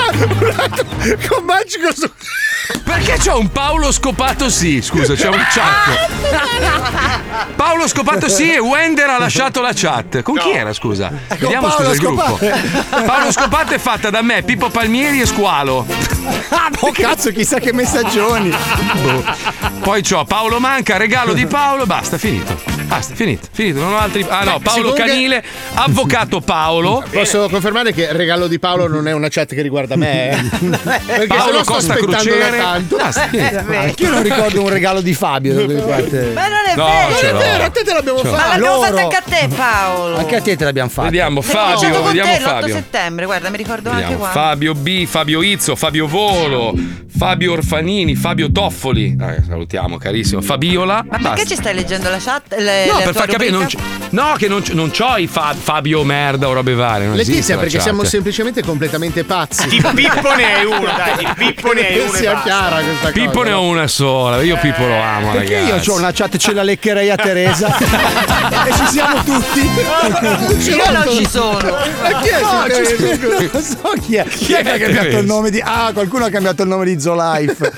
Con magico so- Perché c'ho un Paolo Scopato sì? Scusa, c'è un chat. Paolo Scopato sì e Wender ha lasciato la chat. Con chi era, scusa? Vediamo Paolo scusa il gruppo. Scopato. Paolo Scopato è fatta da me, Pippo Palmieri e Squalo. Oh cazzo, chissà che messaggioni. Boh. Poi c'ho Paolo Manca, regalo di Paolo, basta, finito. Basta, finito, finito. Non ho altri. Ah no, Paolo Comunque- Canile, avvocato Paolo. Posso confermare che il regalo di Paolo non è una chat che riguarda me, eh? Perché Paolo se no sto Costa aspettando Crociere. da tanto. Basta, finito. Anch'io non ricordo un regalo di Fabio da quelle parti. Ma non è No, vero. ce È l'ho. vero, a te te l'abbiamo Ce l'ho. Ma fatto. l'abbiamo loro- fatta anche a te, Paolo. Anche a te te l'abbiamo fatto. Vediamo L'ho fatto Fabio, con vediamo te l'otto Fabio. settembre, guarda, mi ricordo anche Vediamo. qua. Fabio B, Fabio Izzo, Fabio Volo, Fabio Orfanini, Fabio Toffoli. Eh, salutiamo, carissimo. Fabiola. Ma perché ci stai leggendo la chat? Le, No, la per tua far capire, non, rubrica? c- no, che non, c- non c'ho i Fa- Fabio merda o robe varie. Non esiste Letizia, la perché chat. siamo semplicemente completamente pazzi. Di Pippo ne hai uno, dai, di Pippo ne hai Che uno. e sia basta. chiara questa Pippo cosa. ne ho una sola, io Pippo lo amo, Perché ragazzi. io ho una chat, ce la leccherei a Teresa e ci siamo tutti. Io non ci sono. Ma chi è No, sta ci- Teresa? non so chi è. Chi è che ha è cambiato Teresa? il nome di. Ah, qualcuno ha cambiato il nome di Zolife.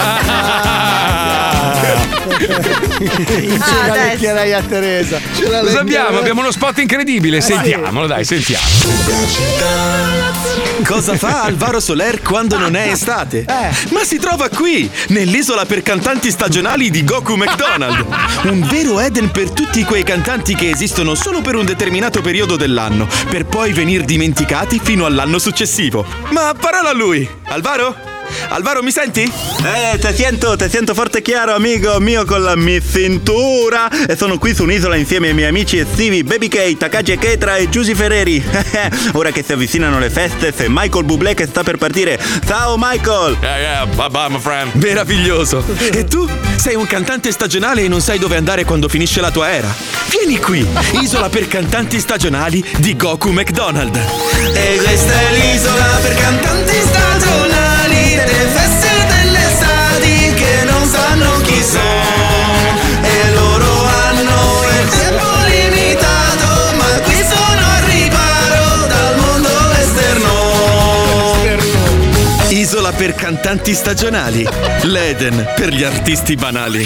Ce Ah, la adesso. leccherei a Teresa. Ce la Cosa leccherei. abbiamo? Abbiamo uno spot incredibile, sentiamolo, dai, sentiamo. Cosa fa Alvaro Soler quando non è estate? Ma si trova qui, nell'isola per cantanti stagionali di Goku McDonald. Un vero Eden per tutti quei cantanti che esistono solo per un determinato periodo dell'anno, per poi venir dimenticati fino all'anno successivo. Ma parola a lui! Alvaro? Alvaro, mi senti? Eh, te sento, te sento forte e chiaro, amico mio, con la mia cintura. E sono qui su un'isola insieme ai miei amici Stevie, Baby K, Takagi Ketra e Giusy Ferreri. Ora che si avvicinano le feste, c'è Michael Bublé che sta per partire. Ciao Michael! Yeah, yeah, bye bye, my friend. Meraviglioso! E tu? Sei un cantante stagionale e non sai dove andare quando finisce la tua era? Vieni qui, isola per cantanti stagionali di Goku McDonald. E questa è l'isola per cantanti stagionali delle feste delle estati che non sanno chi sono. E loro hanno il tempo limitato, ma qui sono al riparo dal mondo esterno. Isola per cantanti stagionali, l'Eden per gli artisti banali.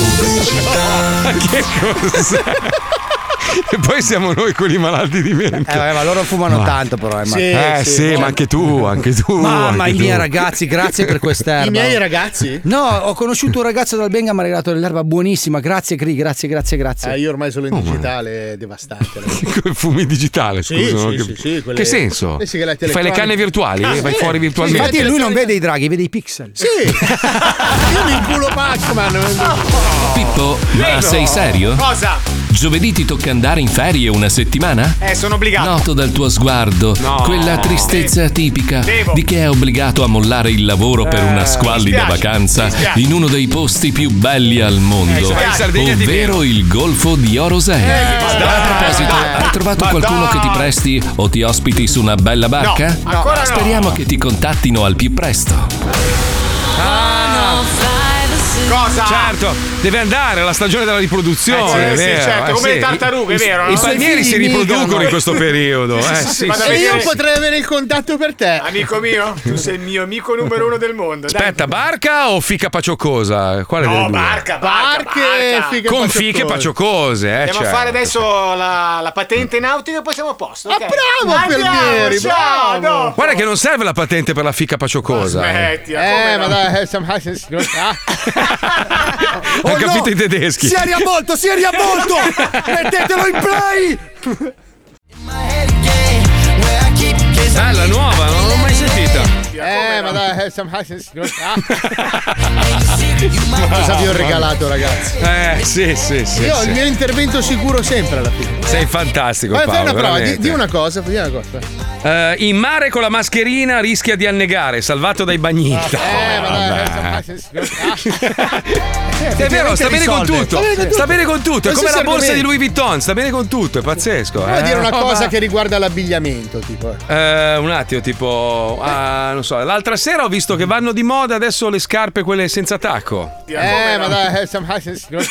Che cos'è? E poi siamo noi quelli malati di mente. Eh, vabbè, ma loro fumano Ma- tanto, però. Eh, ma- Sì, eh, sì, ma anche tu, anche tu. Mamma anche mia, tu. ragazzi, grazie per quest'erba. I miei ragazzi? No, ho conosciuto un ragazzo dal Benga, mi ha regalato dell'erba buonissima. Grazie, Cri, grazie, grazie, grazie. Eh, io ormai sono in Oh, digitale, è devastante. Fumi digitale, Sì, scusa. sì, non sì, cap- sì, quelle- Che senso? le sigarette Fai le elettroniche. canne virtuali? Ah, Vai sì. fuori virtualmente? Infatti lui non vede i draghi, vede i pixel. Sì. Io mi inculo Pac-Man. Pippo, ma sei serio? Cosa? Giovedì ti tocca andare in ferie una settimana? Eh, sono obbligato. Noto dal tuo sguardo No. quella tristezza tipica Devo. di chi è obbligato a mollare il lavoro per una squallida mi spiace, vacanza mi spiace. in uno dei posti più belli al mondo, Eh, in Sardegna di ovvero il Golfo di Orosei. ma dai, A proposito, dai, hai trovato ma qualcuno dai. che ti presti o ti ospiti su una bella barca? No, ancora no. Speriamo che ti contattino al più presto. Cosa? Certo, deve andare alla stagione della riproduzione. Eh, è sì, vero, certo, eh, come sì. le tartarughe, I- vero, I no? palmieri I si figli riproducono migrano. in questo periodo. Eh, sì, Vado a sì. E io vedere. potrei avere il contatto per te. Amico mio, tu sei il mio amico numero uno del mondo. Dai. Aspetta, barca o fica pacioccosa? Quale No, delle due? barca, barca, Barche e barca. fiche Con pacioccose. fiche pacciocose, eh. Andiamo certo. a fare adesso la, la patente nautica e poi siamo a posto. Ah, ok? bravo, Andiamo, Palmieri, ciao, bravo. dopo. Guarda che non serve la patente per la fica paccioccosa. Eh. Smetti, Eh, ma no? dai, eh, ah. Hai capito i tedeschi? Si è riavvolto, si è riavvolto! Mettetelo in play! Ah, la nuova, non l'ho mai sentita. Eh, ma dai, eh, ah. Cosa vi ho regalato, ragazzi? Eh, sì, sì, sì. Io ho sì. il mio intervento sicuro sempre alla fine. Sei fantastico, Vai, fai Paolo. una prova, di, veramente. di una cosa, di una cosa. Eh, in mare con la mascherina rischia di annegare, salvato dai bagniti. Eh, ma dai, È vero, sta bene con risolve. tutto. Sta bene con tutto. Sta bene con tutto. È come Qualsiasi la borsa di argomento. Louis Vuitton, sta bene con tutto, è pazzesco. Vuoi eh. dire una Oh, cosa ma- che riguarda l'abbigliamento, tipo? Eh, un attimo, tipo, ah, non so, l'altra sera ho visto che vanno di moda adesso le scarpe quelle senza tacco. Eh, ma dai, eh,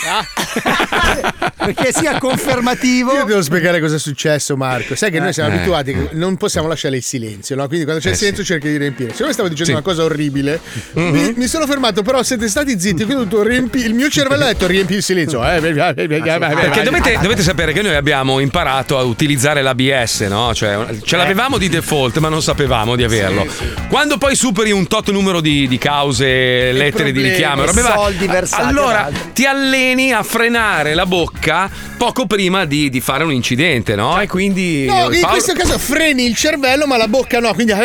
ah. Perché sia confermativo. Io devo spiegare cosa è successo, Marco. Sai che noi siamo Eh. abituati che non possiamo lasciare il silenzio, no? Quindi quando c'è il Eh, silenzio cerchi di riempire. Se io stavo dicendo Sì. una cosa orribile, Mhm. mi, mi sono fermato, però siete stati zitti, quindi ho dovuto riempi- il mio cervello ha detto riempi il silenzio. Eh, Perché dovete, dovete sapere che noi abbiamo imparato a utilizzare l'A B S, no? Cioè, ce l'avevamo di default, ma non sapevamo di averlo. Quando poi superi un tot numero di, di cause, lettere di problemi, richiamo, e robe va- soldi versati ad allora altri. ti alleni a frenare la bocca poco prima di, di fare un incidente, no? E quindi. No, in Paolo- questo caso freni il cervello, ma la bocca no. Quindi.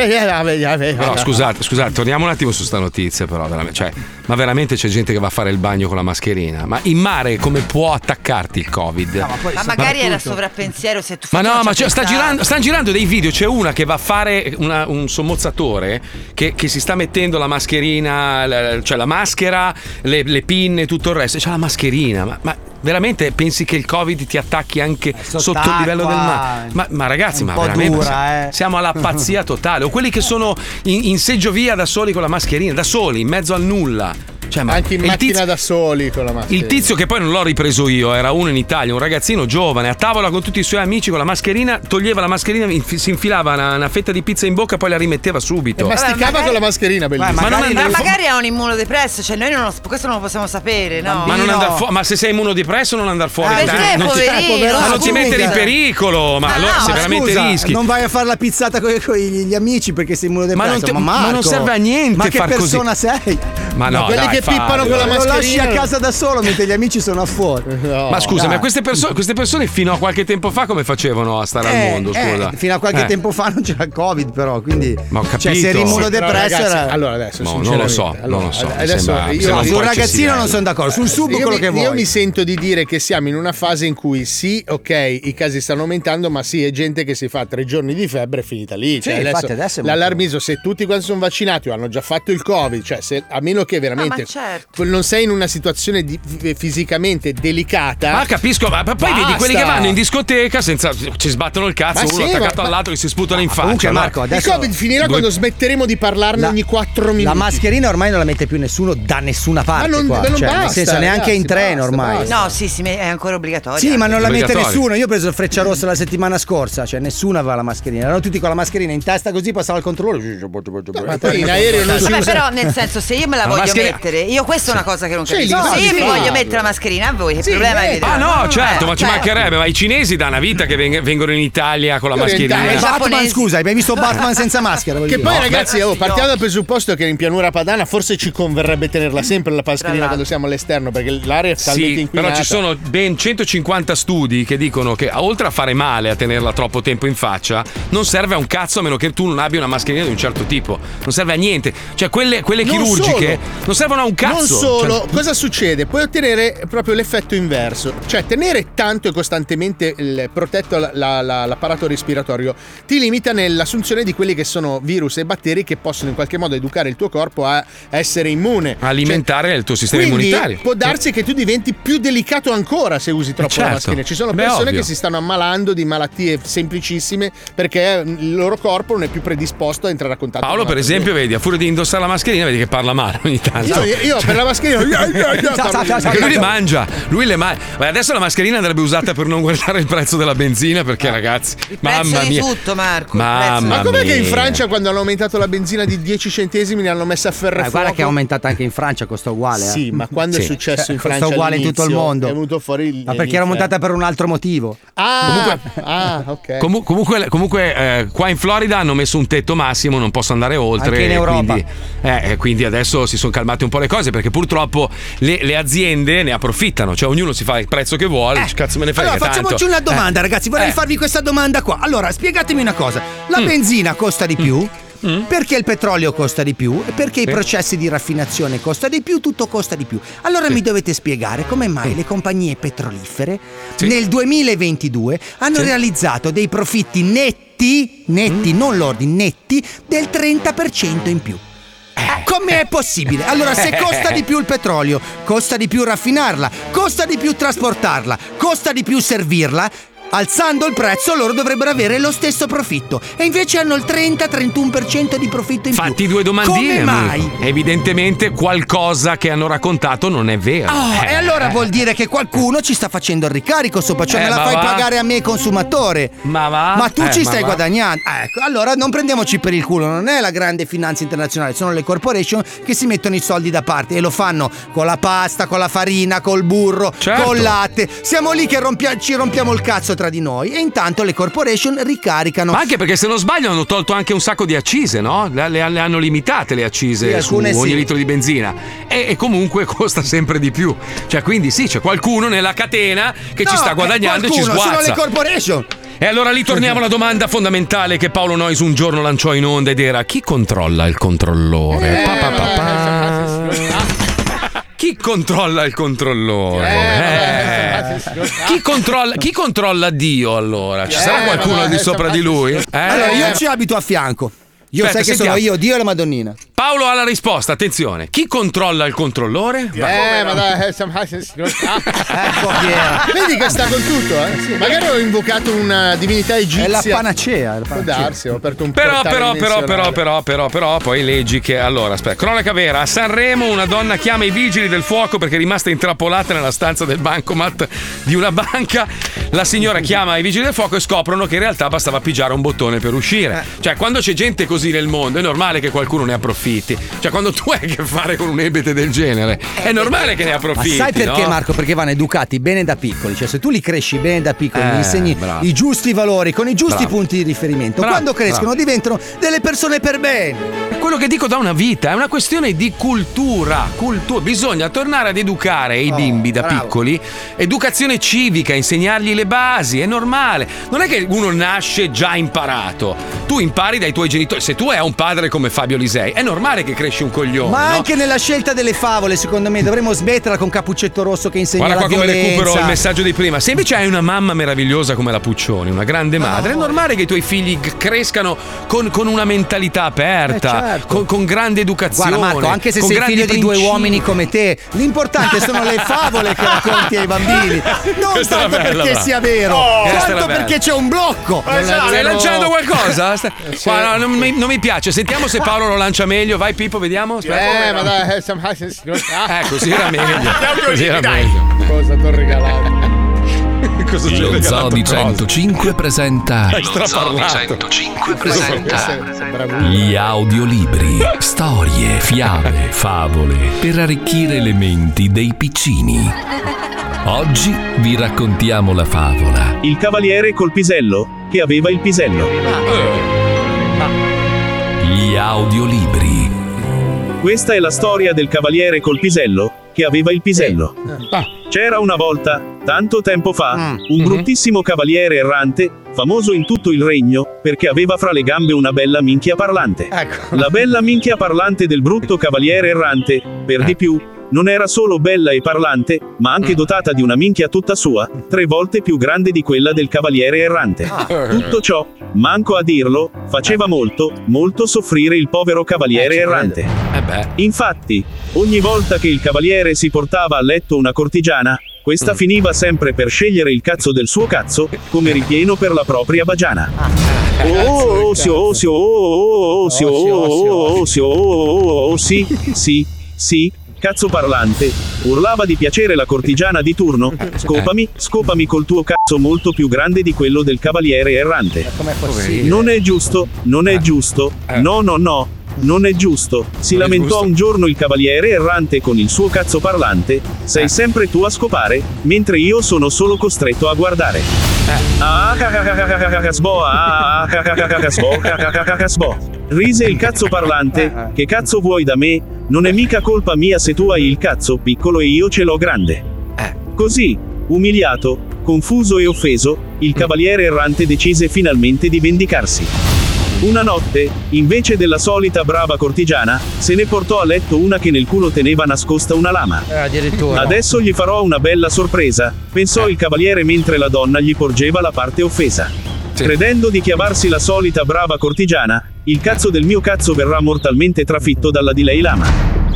Però scusate, scusate, torniamo un attimo su sta notizia, però veramente, cioè, ma veramente c'è gente che va a fare il bagno con la mascherina. Ma in mare come può attaccarti il Covid? Ma magari era sovrappensiero se tu Ma no, faccio ma cioè, sta pensare- girando, stanno girando dei video. C'è una che va a fare una- un sommozzatore che, che si sta mettendo la mascherina, la- cioè la maschera, le, le pinne e tutto il resto. C'ha la mascherina, ma, ma veramente pensi che il Covid ti attacchi anche sotto il livello del mare? Ma, ma ragazzi, un ma po' veramente dura, eh. siamo alla pazzia totale. O quelli che sono in, in seggiovia da soli con la mascherina, da soli, in mezzo al nulla. Cioè, ma Anche in il macchina tizio- da soli con la mascherina. il tizio che poi non l'ho ripreso io, era uno in Italia, un ragazzino giovane, a tavola con tutti i suoi amici con la mascherina, toglieva la mascherina, inf- si infilava una, una fetta di pizza in bocca e poi la rimetteva subito. E masticava magari- con la mascherina, bellissimo. Ma non Ma andare fu- magari è un immunodepresso, cioè noi non lo, questo non lo possiamo sapere, no? ma, non andar fu- ma se sei immunodepresso non andare fuori. Ah, dai, perché, non ti, poverino? ma non ti Scusa. mettere in pericolo, ma Ma allora no, se ma veramente Scusa, rischi. non vai a fare la pizzata con, con gli gli amici perché sei immunodepresso. Ma non te- ma, ma non Marco, serve a niente Ma che far così. persona sei? Ma no, quelli dai, che pippano Fabio. con la Lo lasci mascherina. a casa da solo mentre gli amici sono a fuori. No. Ma scusa, dai. ma queste persone, queste persone fino a qualche tempo fa come facevano a stare Eh, al mondo? eh, Scusa. fino a qualche Eh. tempo fa non c'era il Covid, però. Quindi. Ma ho Cioè, capito. se eri Sì, immunodepresso Però, ragazzi, era. allora adesso No, non lo sinceramente, so, allora, non lo so. adesso Sembra- io, sembra un sul po' ragazzino eccessivo. non sono d'accordo, sul sub io quello mi, che io vuoi. mi sento di dire che siamo in una fase in cui sì, ok, i casi stanno aumentando, ma sì, è gente che si fa tre giorni di febbre e è finita lì. Cioè, Sì, infatti adesso è molto- l'allarmismo, se tutti quanti sono vaccinati o hanno già fatto il Covid, cioè se, a meno che veramente Ah, ma certo. non sei in una situazione di- fisicamente delicata. Ma capisco, ma poi Basta. vedi quelli che vanno in discoteca senza ci sbattono il cazzo, Ma uno sì, attaccato ma- all'altro che si sputano in faccia. Comunque, no? Marco, adesso. il Covid finirà Due- quando smetteremo di parlarne La- ogni quattro minuti. La mascherina ormai non la mette più nessuno da nessuna parte. non- qua. ma non Cioè, nel basta, senso, neanche ragazzi, in treno basta, ormai. basta. No, sì, sì, è ancora obbligatorio. Sì, ma non la mette Obbligatorio. nessuno. Io ho preso il Freccia Rossa la settimana scorsa, cioè nessuno aveva la mascherina. Erano tutti con la mascherina in testa così, passava il controllo. Ma poi in aereo non si Vabbè, usa. però nel senso, se io me la La voglio mascherina- mettere, io questa è una cosa che non Sì, capisco. lì, Se no, io sì, mi sì. voglio mettere la mascherina, a voi che Sì, problema beh, avete? Ah no, certo, Eh, ma ci cioè- mancherebbe, ma i cinesi da una vita che veng- vengono in Italia con la Io mascherina. orientale. Batman, giapponesi. scusa, hai mai visto Batman senza maschera? voglio Che dire? poi, No, ragazzi, beh, oh, sì, partiamo no. dal presupposto che in pianura padana forse ci converrebbe tenerla sempre la mascherina quando siamo all'esterno, perché l'aria è talmente Sì, inquinata. però ci sono ben centocinquanta studi che dicono che oltre a fare male a tenerla troppo tempo in faccia, non serve a un cazzo a meno che tu non abbia una mascherina di un certo tipo. Non serve a niente. Cioè, quelle, quelle Non chirurgiche solo. Non servono a un cazzo. Non solo, cioè... cosa succede? Puoi ottenere proprio l'effetto inverso. Cioè, tenere tanto e costantemente il protetto la, la, la, l'apparato respiratorio ti limita nell'assunzione di quelli che sono virus e batteri che possono in qualche modo educare il tuo corpo a essere immune. Alimentare cioè, il tuo sistema quindi immunitario. Può darsi che tu diventi più delicato ancora se usi troppo certo. la mascherina. Ci sono Beh, persone ovvio. che si stanno ammalando di malattie semplicissime perché il loro corpo non è più predisposto a entrare a contatto. Paolo, per esempio, vedi, a furia di indossare la mascherina, vedi che parla male ogni tanto. Io, io per la mascherina perché lui le mangia, lui le mangia. Ma adesso la mascherina andrebbe usata per non guardare il prezzo della benzina, perché ragazzi, mamma di mia. tutto, Marco. Mamma Ma com'è mia. che in Francia quando hanno aumentato la benzina di dieci centesimi ne hanno messa a ferro e Eh, guarda fuoco? che è aumentata anche in Francia, costa uguale. Eh. Sì, ma quando Sì. è successo in Cioè, Francia costa uguale in tutto il all'inizio, mondo. è venuto fuori il, Ma perché era aumentata per un altro motivo. Ah, Comunque- ah ok. Comu- comunque, comunque eh, qua in Florida hanno messo un tetto massimo, non posso andare oltre. Anche in e Europa. Quindi, eh, quindi adesso si sono calmate un po' le cose perché purtroppo le, le aziende ne approfittano, cioè ognuno si fa il prezzo che vuole, cazzo me ne frega. Allora facciamoci tanto. una domanda, Eh. ragazzi. Vorrei Eh. farvi questa domanda qua. Allora, spiegatemi una cosa: la Mm. benzina costa di più? Perché il petrolio costa di più? E perché i Sì. processi di raffinazione costa di più? Tutto costa di più. Allora mi dovete spiegare come mai le compagnie petrolifere nel duemilaventidue hanno Sì. realizzato dei profitti netti, netti, non lordi, netti, del trenta per cento in più. Come è possibile? Allora, se costa di più il petrolio, costa di più raffinarla, costa di più trasportarla, costa di più servirla, alzando il prezzo loro dovrebbero avere lo stesso profitto. E invece hanno il trenta trentuno per cento di profitto in Fatti più. due domandine. Come mai? amico. Evidentemente qualcosa che hanno raccontato non è vero. Oh, Eh. e allora vuol dire che qualcuno ci sta facendo il ricarico sopra, cioè Eh, me la ma fai va. pagare a me consumatore. Ma va? Ma tu Eh, ci ma stai va. guadagnando. Ecco, allora non prendiamoci per il culo, non è la grande finanza internazionale, sono le corporation che si mettono i soldi da parte e lo fanno con la pasta, con la farina, col burro, Certo. col latte. Siamo lì che rompia- ci rompiamo il cazzo tra di noi e intanto le corporation ricaricano. Ma anche perché se non sbaglio hanno tolto anche un sacco di accise, no? Le, le- le hanno limitate le accise Sì, su alcune ogni sì. litro di benzina e, e comunque costa sempre di più. Cioè quindi sì, c'è qualcuno nella catena che ci No, sta eh, guadagnando e ci qualcuno, sguazza. sono le corporation. E allora lì torniamo alla domanda fondamentale che Paolo Noyes un giorno lanciò in onda ed era: chi controlla il controllore? Pa, pa, pa, pa. Chi controlla il controllore? Eh. Chi, controlla, chi controlla Dio allora? Ci sarà qualcuno al di sopra di lui? Eh? Allora io ci abito a fianco. Io Aspetta, sai che sentiamo. sono io, Dio e la Madonnina. Paolo ha la risposta, attenzione. Chi controlla il controllore? Va. Eh, ma dai, vedi che sta con tutto, eh? Magari ho invocato una divinità egizia. È la panacea. è la Può panacea. darsi, ho aperto un Però, portale però, però, però, dimensionale. però, però, però, poi leggi che. Allora, aspetta, cronaca vera. A Sanremo una donna chiama i vigili del fuoco perché è rimasta intrappolata nella stanza del bancomat di una banca. La signora chiama i vigili del fuoco e scoprono che in realtà bastava pigiare un bottone per uscire. Cioè, quando c'è gente così nel mondo, è normale che qualcuno ne approfitti. Cioè, quando tu hai a che fare con un ebete del genere, è normale che ne Ma approfitti. sai perché, no? Marco? Perché vanno educati bene da piccoli. Cioè, se tu li cresci bene da piccoli, Eh, gli insegni bravo. i giusti valori con i giusti Bravo. punti di riferimento, Bravo, quando crescono bravo. diventano delle persone per bene. È quello che dico da una vita, è una questione di cultura. Cultura. Bisogna tornare ad educare i Oh, bimbi da bravo. piccoli. Educazione civica, insegnargli le basi, è normale. Non è che uno nasce già imparato. Tu impari dai tuoi genitori. Se tu hai un padre come Fabio Lisei, è normale che cresci un coglione. Ma no? anche nella scelta delle favole, secondo me, dovremmo smetterla con Cappuccetto Rosso che insegna Guarda la qua come violenza. recupero il messaggio di prima. Se invece hai una mamma meravigliosa come la Puccioni, una grande madre, è normale che i tuoi figli g- crescano con, con una mentalità aperta, Eh, certo. con, con grande educazione. Guarda Marco, anche se con sei grandi figlio di due principi. uomini come te, l'importante sono le favole che racconti ai bambini. Non Questa era tanto bella, perché va. sia vero, Oh, questa era quanto bella. perché c'è un blocco. Stai lanciando qualcosa? Sta- Guarda, non, mi, non mi piace. Sentiamo se Paolo lo lancia meglio. Vai Pippo, vediamo. Aspetta. Eh, ma dai, Eh, così era meglio. Così era meglio. Cosa ti ho regalato? Cosa ci hai Lo regalato? Zoo di Cosa? centocinque presenta Hai straparlato. centocinque presenta gli audiolibri, storie, fiabe, favole per arricchire le menti dei piccini. Oggi vi raccontiamo la favola Il cavaliere col pisello che aveva il pisello. Gli audiolibri. Questa è la storia del cavaliere col pisello che aveva il pisello. Ah. C'era una volta, tanto tempo fa, Mm. un bruttissimo cavaliere errante famoso in tutto il regno, perché aveva fra le gambe una bella minchia parlante. Ecco. La bella minchia parlante del brutto cavaliere errante, per di più, non era solo bella e parlante, ma anche dotata di una minchia tutta sua, tre volte più grande di quella del cavaliere errante. Tutto ciò, manco a dirlo, faceva molto, molto soffrire il povero cavaliere errante. Infatti, ogni volta che il cavaliere si portava a letto una cortigiana, questa finiva sempre per scegliere il cazzo del suo cazzo, come ripieno per la propria bagiana. Oh, oh, sì, oh, sì, oh, oh, sì, oh, oh, sì, oh, oh, sì, sì, sì, cazzo parlante, urlava di piacere la cortigiana di turno, scopami, scopami col tuo cazzo molto più grande di quello del cavaliere errante. Com'è possibile? Non è giusto, non è giusto, no no no, non è giusto, si Non è lamentò giusto. un giorno il cavaliere errante con il suo cazzo parlante, sei sempre tu a scopare, mentre io sono solo costretto a guardare. Ah, cacacacacacasbo, ah, cacacacacasbo, cacacacacasbo. Rise il cazzo parlante, che cazzo vuoi da me? Non è mica colpa mia se tu hai il cazzo piccolo e io ce l'ho grande. Così, umiliato, confuso e offeso, il cavaliere errante decise finalmente di vendicarsi. Una notte, invece della solita brava cortigiana, se ne portò a letto una che nel culo teneva nascosta una lama. Eh, addirittura. Adesso gli farò una bella sorpresa, pensò il cavaliere mentre la donna gli porgeva la parte offesa. Credendo di chiavarsi la solita brava cortigiana, il cazzo del mio cazzo verrà mortalmente trafitto dalla di lei lama.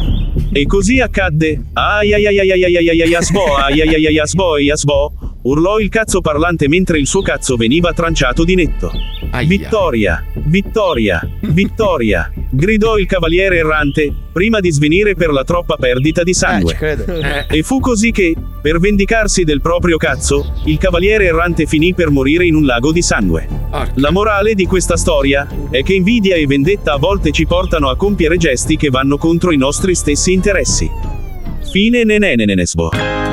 E così accadde. Ai ai ai ai ai ai ai ai ai asbo, ai ai ai ai asbo, ai asbo, urlò il cazzo parlante mentre il suo cazzo veniva tranciato di netto. Vittoria, vittoria, vittoria, gridò il cavaliere errante, prima di svenire per la troppa perdita di sangue. Eh, ci credo. Eh. E fu così che, per vendicarsi del proprio cazzo, il cavaliere errante finì per morire in un lago di sangue. La morale di questa storia è che invidia e vendetta a volte ci portano a compiere gesti che vanno contro i nostri stessi interessi. Fine nenenenesbo.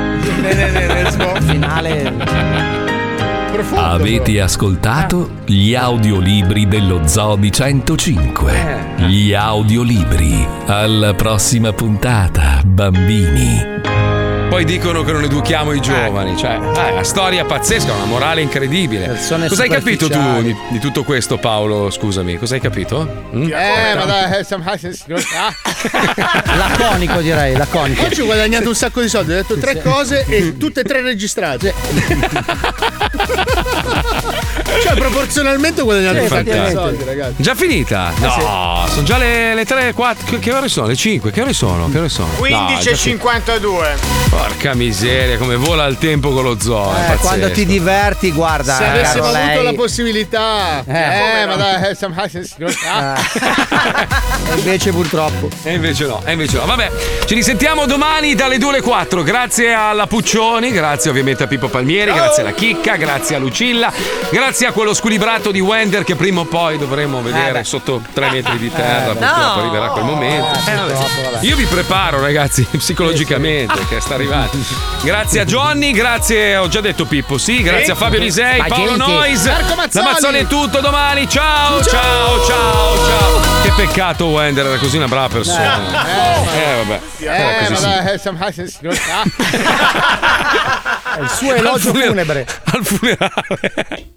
Finale. Avete ascoltato gli audiolibri dello Zoo di centocinque. Gli audiolibri. Alla prossima puntata, bambini. Poi dicono che non educhiamo i giovani, cioè, eh, una storia pazzesca, una morale incredibile. Persone Cosa hai capito tu superficiali. di, di tutto questo, Paolo? Scusami, cosa hai capito? Mm? Eh, ma dai, Laconico direi, laconico. Oggi ho guadagnato un sacco di soldi, ho detto tre cose e tutte e tre registrate. Cioè, proporzionalmente ho guadagnato un sacco di soldi, ragazzi. Già finita? No, sono già le, le tre, quattro. Che, che ore sono? Le cinque? Che ore sono? Che ore sono? quindici e No, già- cinquantadue. Porca miseria, come vola il tempo con lo zoo. è Eh, pazzesco. quando ti diverti, guarda. Se avessimo caro avuto lei. la possibilità. Eh, Eh, ma dai, E invece purtroppo. E invece no, e invece no. Vabbè, ci risentiamo domani dalle due alle quattro. Grazie alla Puccioni, grazie ovviamente a Pippo Palmieri, grazie alla Chicca, grazie a Lucilla, grazie a quello squilibrato di Wender che prima o poi dovremo vedere sotto tre metri di terra. Eh, Purtroppo no. arriverà quel momento. Eh, Eh, vabbè. purtroppo, vabbè. Io vi preparo, ragazzi, psicologicamente, che sta arrivando. Grazie a Johnny, grazie, ho già detto Pippo, sì, grazie a Fabio Lisei, Paolo Agenti. Nois. Marco Da Mazzoli. Mazzoli è tutto domani. Ciao, ciao, ciao, ciao. Che peccato Wender, era così una brava persona. Eh, vabbè. Era Eh, così, ma sì. dai, È il suo elogio Al funer- funebre. Al funerale.